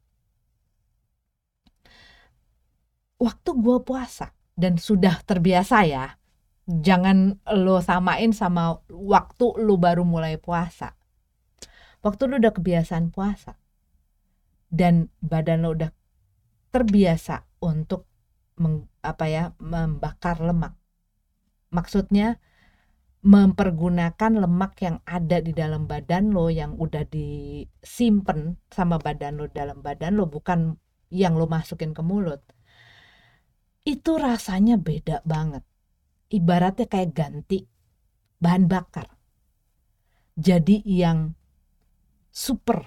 Waktu gue puasa dan sudah terbiasa ya, jangan lo samain sama waktu lo baru mulai puasa. Waktu lo udah kebiasaan puasa dan badan lo udah terbiasa untuk membakar lemak. Maksudnya mempergunakan lemak yang ada di dalam badan lo, yang udah disimpan sama badan lo dalam badan lo, bukan yang lo masukin ke mulut, itu rasanya beda banget. Ibaratnya kayak ganti bahan bakar jadi yang super.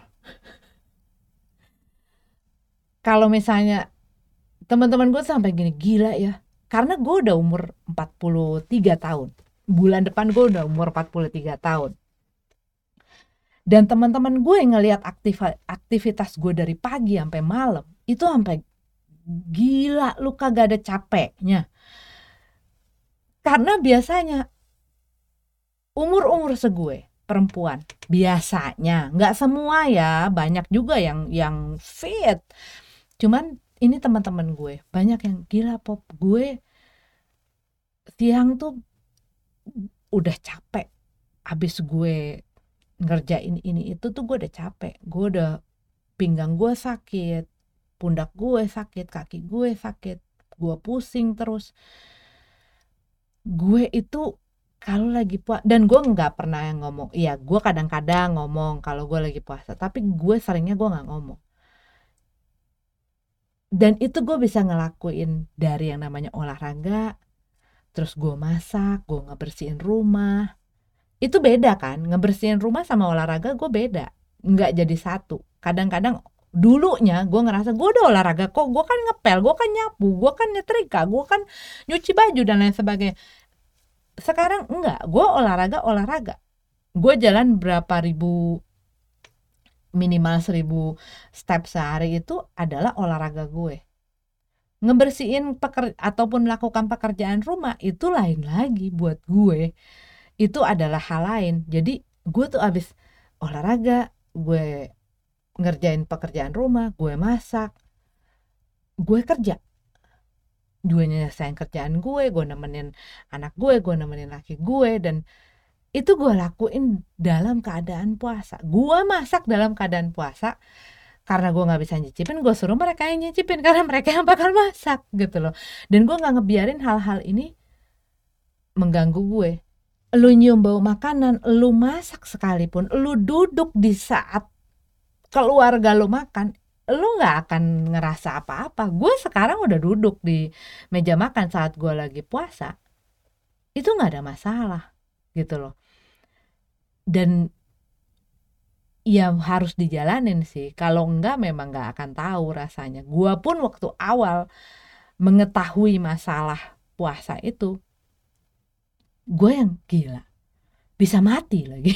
Kalau misalnya teman-teman gue sampai gini, gila ya, karena gue udah umur 43 tahun, bulan depan gue udah umur 43 tahun, dan teman-teman gue yang ngelihat aktivitas gue dari pagi sampai malam itu sampai gila, lu kagak ada capeknya. Karena biasanya umur-umur segue perempuan, biasanya, nggak semua ya, banyak juga yang fit, cuman ini teman-teman gue banyak yang gila Pop, gue siang tuh udah capek, habis gue ngerjain ini itu tuh gue udah capek, gue udah pinggang gue sakit, pundak gue sakit, kaki gue sakit, gue pusing terus. Gue itu kalau lagi puasa, dan gue nggak pernah yang ngomong, iya gue kadang-kadang ngomong kalau gue lagi puasa, tapi gue seringnya gue nggak ngomong. Dan itu gue bisa ngelakuin dari yang namanya olahraga, terus gue masak, gue ngebersihin rumah. Itu beda kan, ngebersihin rumah sama olahraga gue beda, nggak jadi satu. Kadang-kadang dulunya gue ngerasa gue udah olahraga kok, gue kan ngepel, gue kan nyapu, gue kan nyetrika, gue kan nyuci baju dan lain sebagainya. Sekarang enggak, gue olahraga, gue jalan berapa ribu, minimal 1000 step sehari itu adalah olahraga gue. Ngebersihin ataupun melakukan pekerjaan rumah itu lain lagi buat gue, itu adalah hal lain. Jadi gue tuh abis olahraga, gue ngerjain pekerjaan rumah, gue masak, gue kerja, gue nyelesain kerjaan gue nemenin anak gue nemenin laki gue, dan itu gue lakuin dalam keadaan puasa. Gue masak dalam keadaan puasa karena gue nggak bisa nyicipin, gue suruh mereka yang nyicipin karena mereka yang bakal masak gitu loh. Dan gue nggak ngebiarin hal-hal ini mengganggu gue. Lu nyium bau makanan, lu masak sekalipun, lu duduk di saat keluarga lu makan, lu nggak akan ngerasa apa-apa. Gue sekarang udah duduk di meja makan saat gue lagi puasa, itu nggak ada masalah gitu loh. Dan ya harus dijalanin sih, kalau enggak memang nggak akan tahu rasanya. Gue pun waktu awal mengetahui masalah puasa itu, gue yang gila, bisa mati lagi.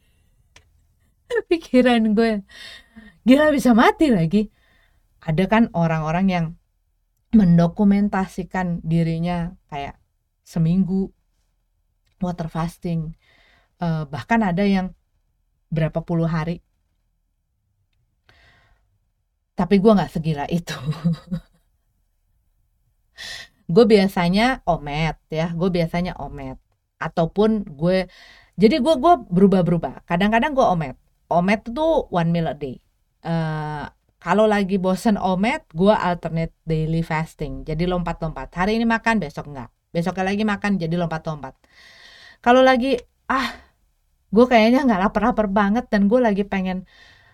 Pikiran gue, gila bisa mati lagi. Ada kan orang-orang yang mendokumentasikan dirinya kayak seminggu water fasting, bahkan ada yang berapa puluh hari. Tapi gue nggak segila itu. Gue biasanya omet ya, ataupun gue, jadi gue berubah-berubah. Kadang-kadang gue omet tuh 1 meal a day. Kalau lagi bosen omet, gue alternate daily fasting, jadi lompat-lompat, hari ini makan besok enggak, besoknya lagi makan, jadi lompat-lompat. Kalau lagi gue kayaknya nggak lapar-lapar banget dan gue lagi pengen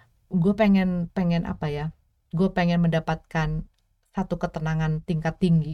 apa ya, gue pengen mendapatkan satu ketenangan tingkat tinggi.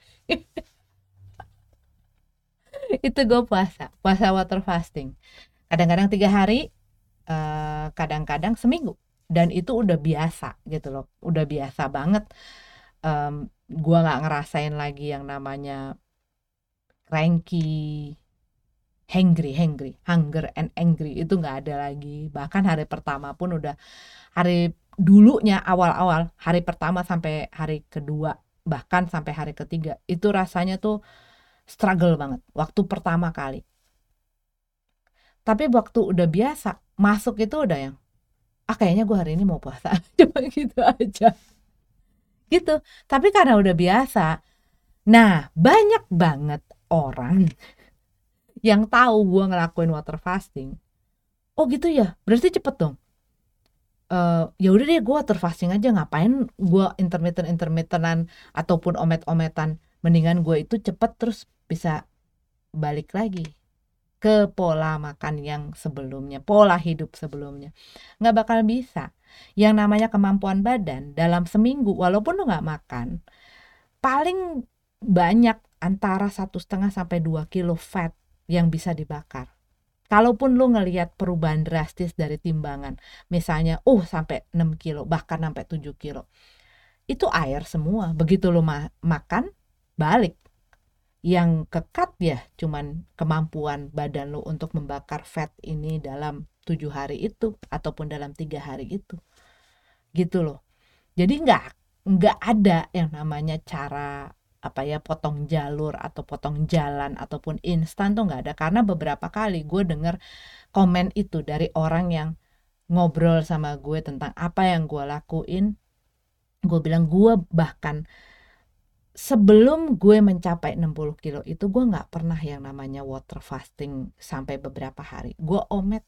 Itu gue puasa water fasting, kadang-kadang 3 hari, kadang-kadang seminggu, dan itu udah biasa gitu loh, udah biasa banget. Gue nggak ngerasain lagi yang namanya cranky, hunger and angry, itu nggak ada lagi. Bahkan hari pertama pun udah, hari dulunya awal-awal, hari pertama sampai hari kedua, bahkan sampai hari ketiga, itu rasanya tuh struggle banget waktu pertama kali. Tapi waktu udah biasa, masuk itu udah yang, kayaknya gue hari ini mau puasa, cuma gitu aja. Gitu. Tapi karena udah biasa, nah banyak banget orang yang tahu gue ngelakuin water fasting. Oh gitu ya, berarti cepet dong. Ya udah deh, gue water fasting aja, ngapain gue intermittent ataupun omet-ometan, mendingan gue itu cepet terus bisa balik lagi. ke pola makan yang sebelumnya, pola hidup sebelumnya. Nggak bakal bisa. Yang namanya kemampuan badan dalam seminggu, walaupun lu nggak makan, paling banyak antara 1,5 sampai 2 kilo fat yang bisa dibakar. Kalaupun lu ngelihat perubahan drastis dari timbangan, misalnya, sampai 6 kilo, bahkan sampai 7 kilo, itu air semua. Begitu lu makan, balik. Yang kekat ya cuman kemampuan badan lu untuk membakar fat ini dalam 7 hari itu, ataupun dalam 3 hari itu. Gitu loh. Jadi nggak ada yang namanya cara potong jalur atau potong jalan ataupun instan tuh nggak ada. Karena beberapa kali gue denger komen itu dari orang yang ngobrol sama gue tentang apa yang gue lakuin. Gue bilang gue bahkan sebelum gue mencapai 60 kilo itu gue nggak pernah yang namanya water fasting sampai beberapa hari. Gue omet.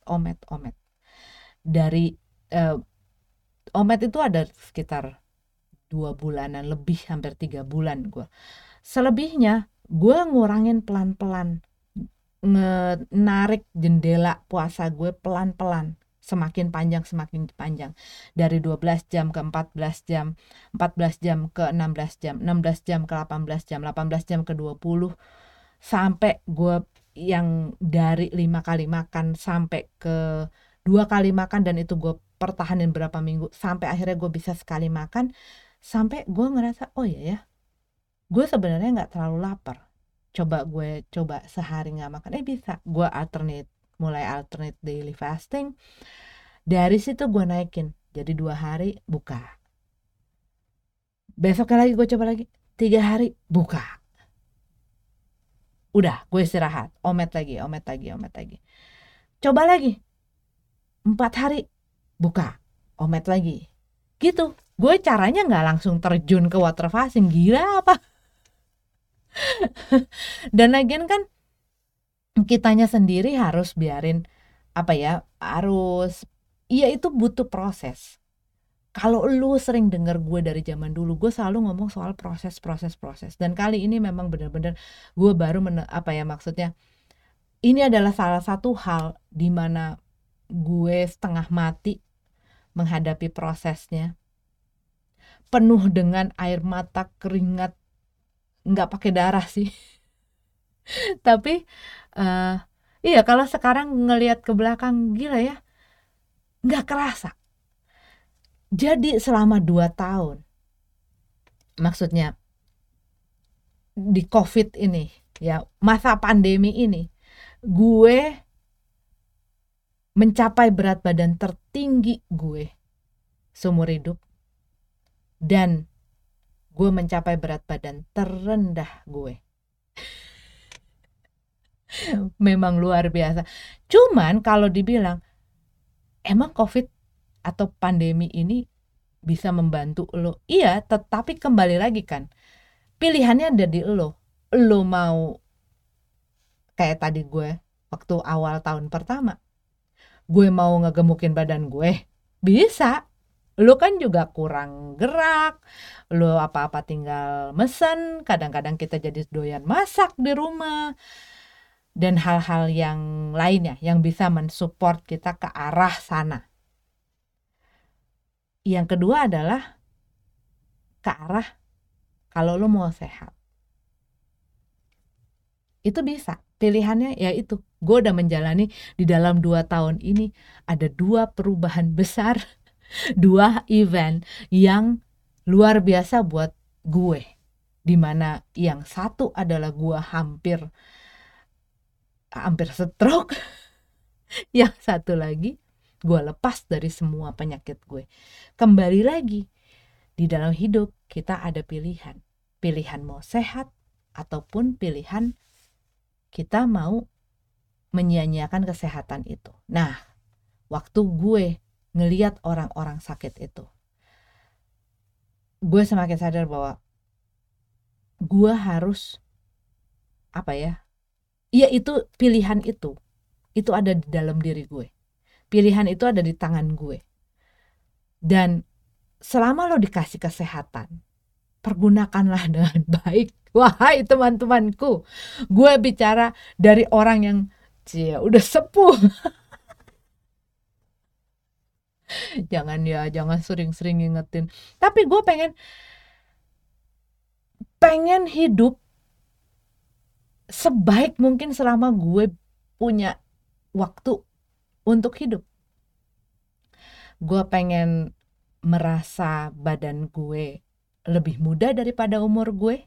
Dari omet itu ada sekitar 2 bulanan lebih, hampir 3 bulan gue. Selebihnya gue ngurangin pelan-pelan, narik jendela puasa gue pelan-pelan, semakin panjang, dari 12 jam ke 14 jam, 14 jam ke 16 jam, 16 jam ke 18 jam, 18 jam ke 20, sampai gue yang dari 5 kali makan sampai ke 2 kali makan, dan itu gue pertahanin berapa minggu sampai akhirnya gue bisa sekali makan, sampai gue ngerasa oh iya ya, gue sebenarnya nggak terlalu lapar. Gue coba sehari nggak makan, bisa. Gue mulai alternate daily fasting. Dari situ gue naikin jadi 2 hari buka, besoknya lagi gue coba lagi 3 hari buka, udah gue istirahat, omet lagi, coba lagi 4 hari buka, omet lagi, gitu. Gue caranya nggak langsung terjun ke water fasting, gila apa. Dan lagian kan kitanya sendiri harus biarin itu butuh proses. Kalau lu sering denger gue dari zaman dulu, gue selalu ngomong soal proses. Dan kali ini memang benar-benar gue baru maksudnya ini adalah salah satu hal di mana gue setengah mati menghadapi prosesnya, penuh dengan air mata, keringat, nggak pakai darah sih. Tapi iya, kalau sekarang ngelihat ke belakang, gila ya, nggak kerasa. Jadi selama 2 tahun, maksudnya di COVID ini ya, masa pandemi ini, gue mencapai berat badan tertinggi gue seumur hidup, dan gue mencapai berat badan terendah gue. Memang luar biasa. Cuman kalau dibilang emang COVID atau pandemi ini bisa membantu lo, iya, tetapi kembali lagi kan, pilihannya ada di lo. Lo mau kayak tadi gue waktu awal tahun pertama, gue mau ngegemukin badan gue, bisa. Lo kan juga kurang gerak, lo apa-apa tinggal mesen, kadang-kadang kita jadi doyan masak di rumah, dan hal-hal yang lainnya yang bisa mensupport kita ke arah sana. Yang kedua adalah ke arah kalau lo mau sehat. Itu bisa. Pilihannya ya itu. Gue udah menjalani di dalam 2 tahun ini ada 2 perubahan besar, 2 event yang luar biasa buat gue. Dimana yang satu adalah gue hampir stroke. Yang satu lagi gue lepas dari semua penyakit gue. Kembali lagi, di dalam hidup kita ada pilihan. Pilihan mau sehat ataupun pilihan kita mau menyia-nyiakan kesehatan itu. Nah, waktu gue ngelihat orang-orang sakit itu, gue semakin sadar bahwa gue harus itu pilihan itu ada di dalam diri gue. Pilihan itu ada di tangan gue. Dan selama lo dikasih kesehatan, pergunakanlah dengan baik. Wahai teman-temanku, gue bicara dari orang yang Cie, udah sepuh. Jangan sering-sering ngingetin. Tapi gue pengen hidup sebaik mungkin selama gue punya waktu untuk hidup. Gue pengen merasa badan gue lebih muda daripada umur gue.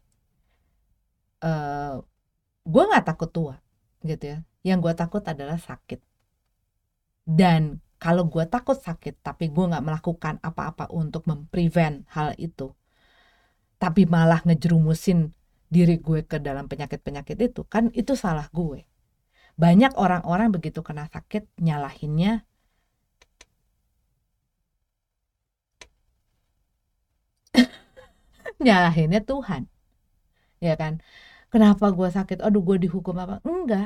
Gue gak takut tua gitu ya. Yang gue takut adalah sakit. Dan kalau gue takut sakit tapi gue gak melakukan apa-apa untuk memprevent hal itu, tapi malah ngejerumusin diri gue ke dalam penyakit-penyakit itu, kan itu salah gue. Banyak orang-orang begitu kena sakit nyalahinnya Tuhan, ya kan? Kenapa gue sakit? Aduh, gue dihukum apa? Enggak.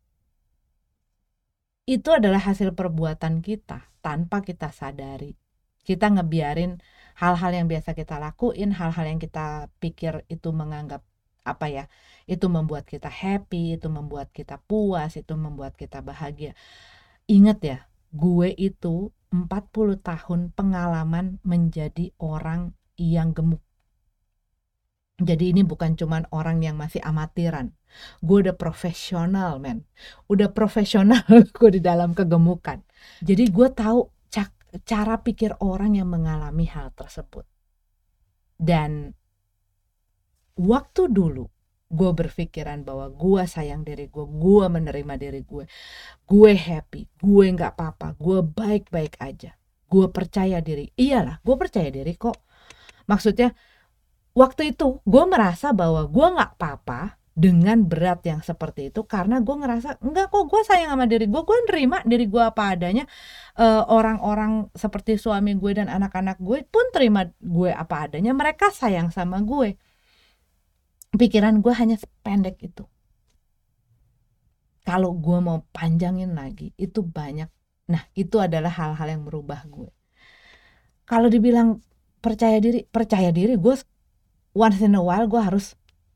Itu adalah hasil perbuatan kita tanpa kita sadari. Kita ngebiarin hal-hal yang biasa kita lakuin, hal-hal yang kita pikir itu menganggap apa ya, itu membuat kita happy, itu membuat kita puas, itu membuat kita bahagia. Ingat ya, gue itu 40 tahun pengalaman menjadi orang yang gemuk. Jadi ini bukan cuman orang yang masih amatiran. Gue udah profesional, men. Udah profesional gue di dalam kegemukan. Jadi gue tahu cara pikir orang yang mengalami hal tersebut. Dan waktu dulu gue berpikiran bahwa gue sayang diri gue menerima diri gue happy, gue gak apa-apa, gue baik-baik aja. Gue percaya diri. Iyalah, gue percaya diri kok. Maksudnya, waktu itu gue merasa bahwa gue gak apa-apa dengan berat yang seperti itu, karena gue ngerasa enggak kok, gue sayang sama diri gue nerima diri gue apa adanya. Orang-orang seperti suami gue dan anak-anak gue pun terima gue apa adanya, mereka sayang sama gue. Pikiran gue hanya sependek itu. Kalau gue mau panjangin lagi, itu banyak. Nah, itu adalah hal-hal yang merubah gue. Kalau dibilang percaya diri, gue once in a while gue harus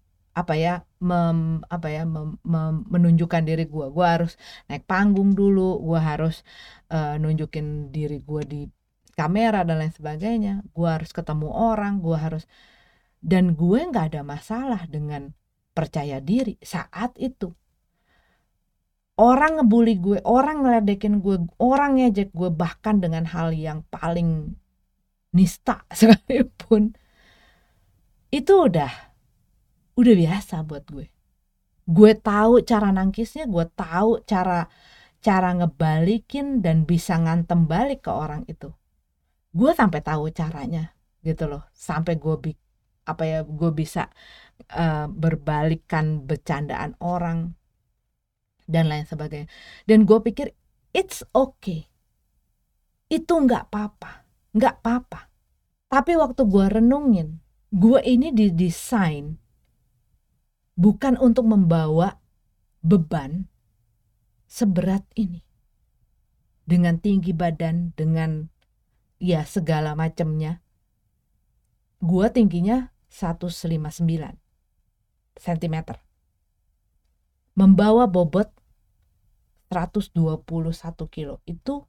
menunjukkan diri gue harus naik panggung dulu, gue harus nunjukin diri gue di kamera dan lain sebagainya, gue harus ketemu orang, dan gue nggak ada masalah dengan percaya diri saat itu. Orang ngebully gue, orang ngeledekin gue, orang ngejek gue, bahkan dengan hal yang paling nista sekalipun, itu udah biasa buat gue. Gue tahu cara nangkisnya, gue tahu cara ngebalikin dan bisa ngantem balik ke orang itu. Gue sampai tahu caranya gitu loh, sampai gue bisa berbalikan bercandaan orang dan lain sebagainya. Dan gue pikir it's okay, itu nggak apa-apa. Tapi waktu gue renungin, gue ini didesain bukan untuk membawa beban seberat ini, dengan tinggi badan, dengan ya segala macamnya. Gue tingginya 159 cm, membawa bobot 121 kilo, itu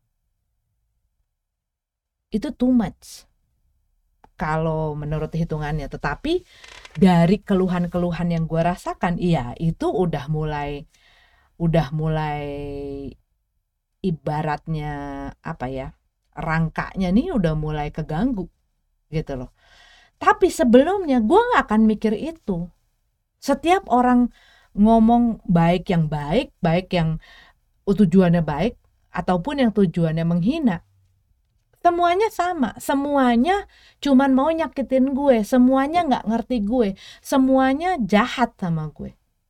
too much kalau menurut hitungannya. Tetapi dari keluhan-keluhan yang gue rasakan, iya itu udah mulai ibaratnya apa ya, rangkanya nih udah mulai keganggu gitu loh. Tapi sebelumnya gue gak akan mikir itu. Setiap orang ngomong baik yang tujuannya baik ataupun yang tujuannya menghina, semuanya sama, semuanya cuman mau nyakitin gue, semuanya gak ngerti gue, semuanya jahat sama gue.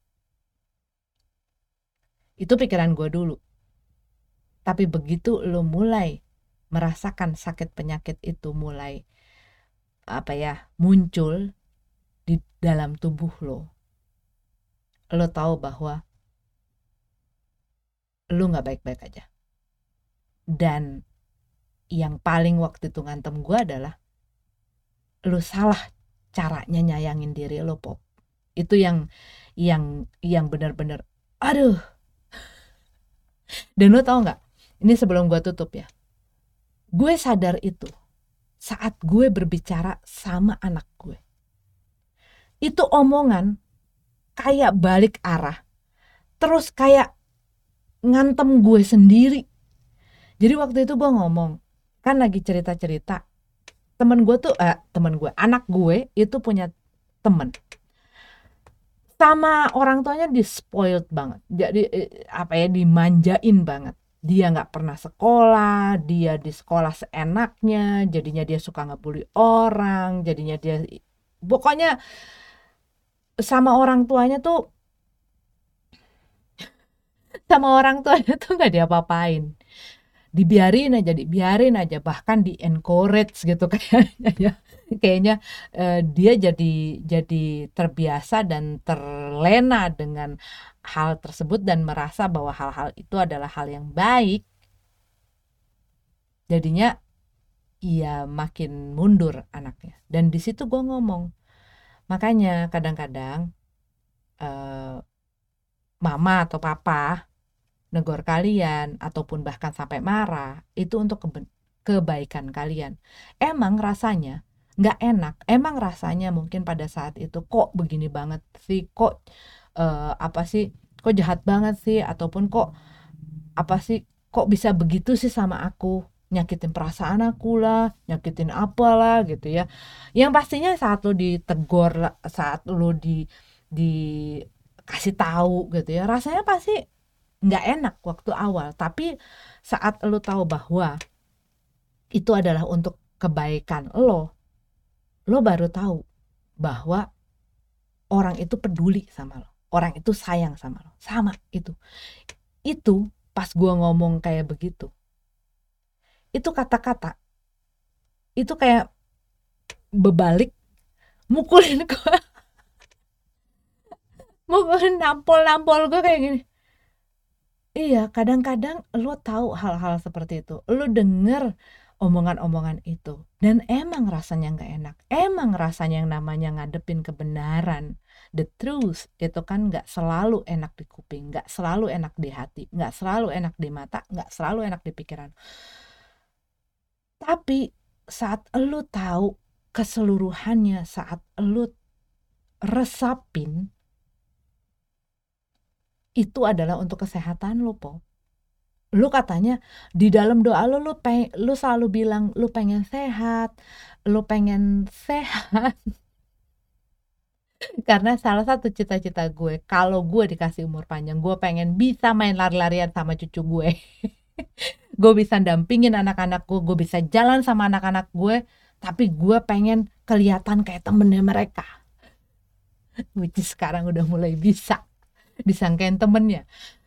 Itu pikiran gue dulu. Tapi begitu lo mulai merasakan sakit penyakit itu mulai muncul di dalam tubuh lo tahu bahwa lo gak baik-baik aja. Dan yang paling waktu itu ngantem gue adalah lo salah caranya nyayangin diri lo, Pop. Itu yang benar-benar aduh, Dan lo tau gak, ini sebelum gue tutup ya, gue sadar itu saat gue berbicara sama anak gue. Itu omongan kayak balik arah, terus kayak ngantem gue sendiri. Jadi waktu itu gue ngomong, kan lagi cerita-cerita, anak gue itu punya temen, sama orang tuanya di spoiled banget, jadi dimanjain banget. Dia nggak pernah sekolah, dia di sekolah seenaknya, jadinya dia suka ngebully orang, jadinya dia pokoknya sama orang tuanya tuh nggak diapa-apain, dibiarin aja, bahkan di encourage gitu kayaknya dia jadi terbiasa dan terlena dengan hal tersebut dan merasa bahwa hal-hal itu adalah hal yang baik. Jadinya ia makin mundur anaknya. Dan di situ gue ngomong, makanya kadang-kadang mama atau papa negor kalian ataupun bahkan sampai marah itu untuk kebaikan kalian. Emang rasanya nggak enak, emang rasanya mungkin pada saat itu kok begini banget sih, kok kok jahat banget sih, ataupun kok kok bisa begitu sih sama aku, nyakitin perasaan aku lah, nyakitin apalah gitu ya. Yang pastinya saat lo ditegur, saat lo dikasih tahu gitu ya, rasanya pasti nggak enak waktu awal. Tapi saat lo tahu bahwa itu adalah untuk kebaikan lo baru tahu bahwa orang itu peduli sama lo, orang itu sayang sama lo. Sama itu pas gua ngomong kayak begitu, itu kata-kata itu kayak bebalik mukulin gua mukulin nampol gue kayak gini. Iya, kadang-kadang lo tahu hal-hal seperti itu, lo denger omongan-omongan itu, dan emang rasanya nggak enak, emang rasanya yang namanya ngadepin kebenaran, the truth, itu kan nggak selalu enak di kuping, nggak selalu enak di hati, nggak selalu enak di mata, nggak selalu enak di pikiran. Tapi saat lo tahu keseluruhannya, saat lo resapin, itu adalah untuk kesehatan lo, Po. Lu katanya di dalam doa lu selalu bilang lu pengen sehat, karena salah satu cita-cita gue kalau gue dikasih umur panjang, gue pengen bisa main lari-larian sama cucu gue. Gue bisa dampingin anak-anak gue bisa jalan sama anak-anak gue, tapi gue pengen kelihatan kayak temennya mereka, which is sekarang udah mulai bisa disangkain temennya.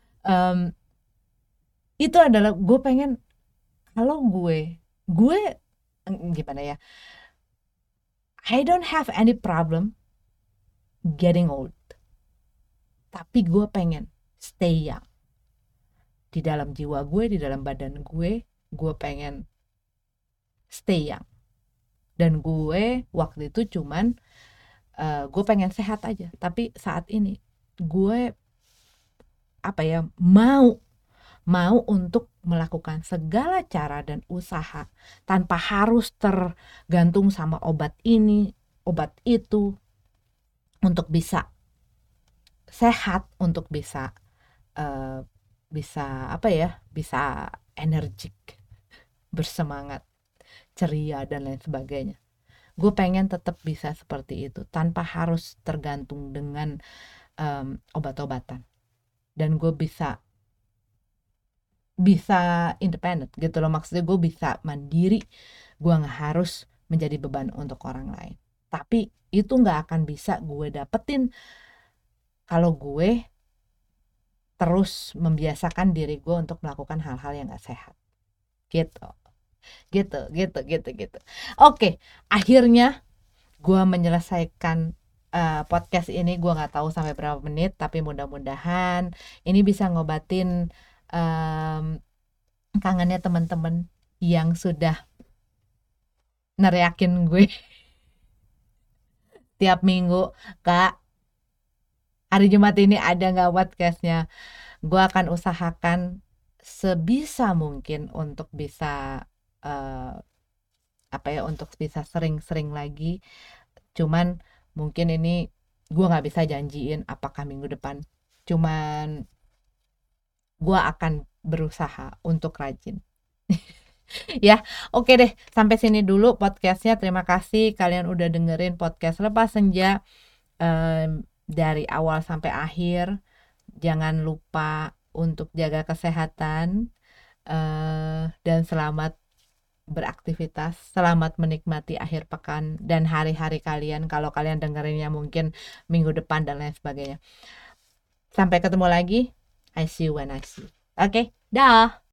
Itu adalah gue pengen, kalau gue gimana ya, I don't have any problem getting old, tapi gue pengen stay young. Di dalam jiwa gue, di dalam badan gue pengen stay young. Dan gue waktu itu cuman gue pengen sehat aja. Tapi saat ini gue mau untuk melakukan segala cara dan usaha tanpa harus tergantung sama obat ini, obat itu, untuk bisa sehat, untuk bisa bisa energik, bersemangat, ceria dan lain sebagainya. Gue pengen tetap bisa seperti itu tanpa harus tergantung dengan obat-obatan, dan gue bisa independen gitu loh, maksudnya gue bisa mandiri, gue nggak harus menjadi beban untuk orang lain. Tapi itu nggak akan bisa gue dapetin kalau gue terus membiasakan diri gue untuk melakukan hal-hal yang gak sehat. Gitu. Oke, akhirnya gue menyelesaikan podcast ini. Gue gak tahu sampai berapa menit, tapi mudah-mudahan ini bisa ngobatin kangennya teman-teman yang sudah neriakin gue tiap minggu, Kak, hari Jumat ini ada gak podcastnya. Gue akan usahakan sebisa mungkin untuk bisa untuk bisa sering-sering lagi. Cuman mungkin ini gue nggak bisa janjiin apakah minggu depan. Cuman gue akan berusaha untuk rajin. Ya, oke deh. Sampai sini dulu podcastnya. Terima kasih kalian udah dengerin podcast Lepas Senja dari awal sampai akhir. Jangan lupa untuk jaga kesehatan dan selamat beraktivitas, selamat menikmati akhir pekan dan hari-hari kalian kalau kalian dengerinnya mungkin minggu depan dan lain sebagainya. Sampai ketemu lagi. I see you when I see you. Oke, dah.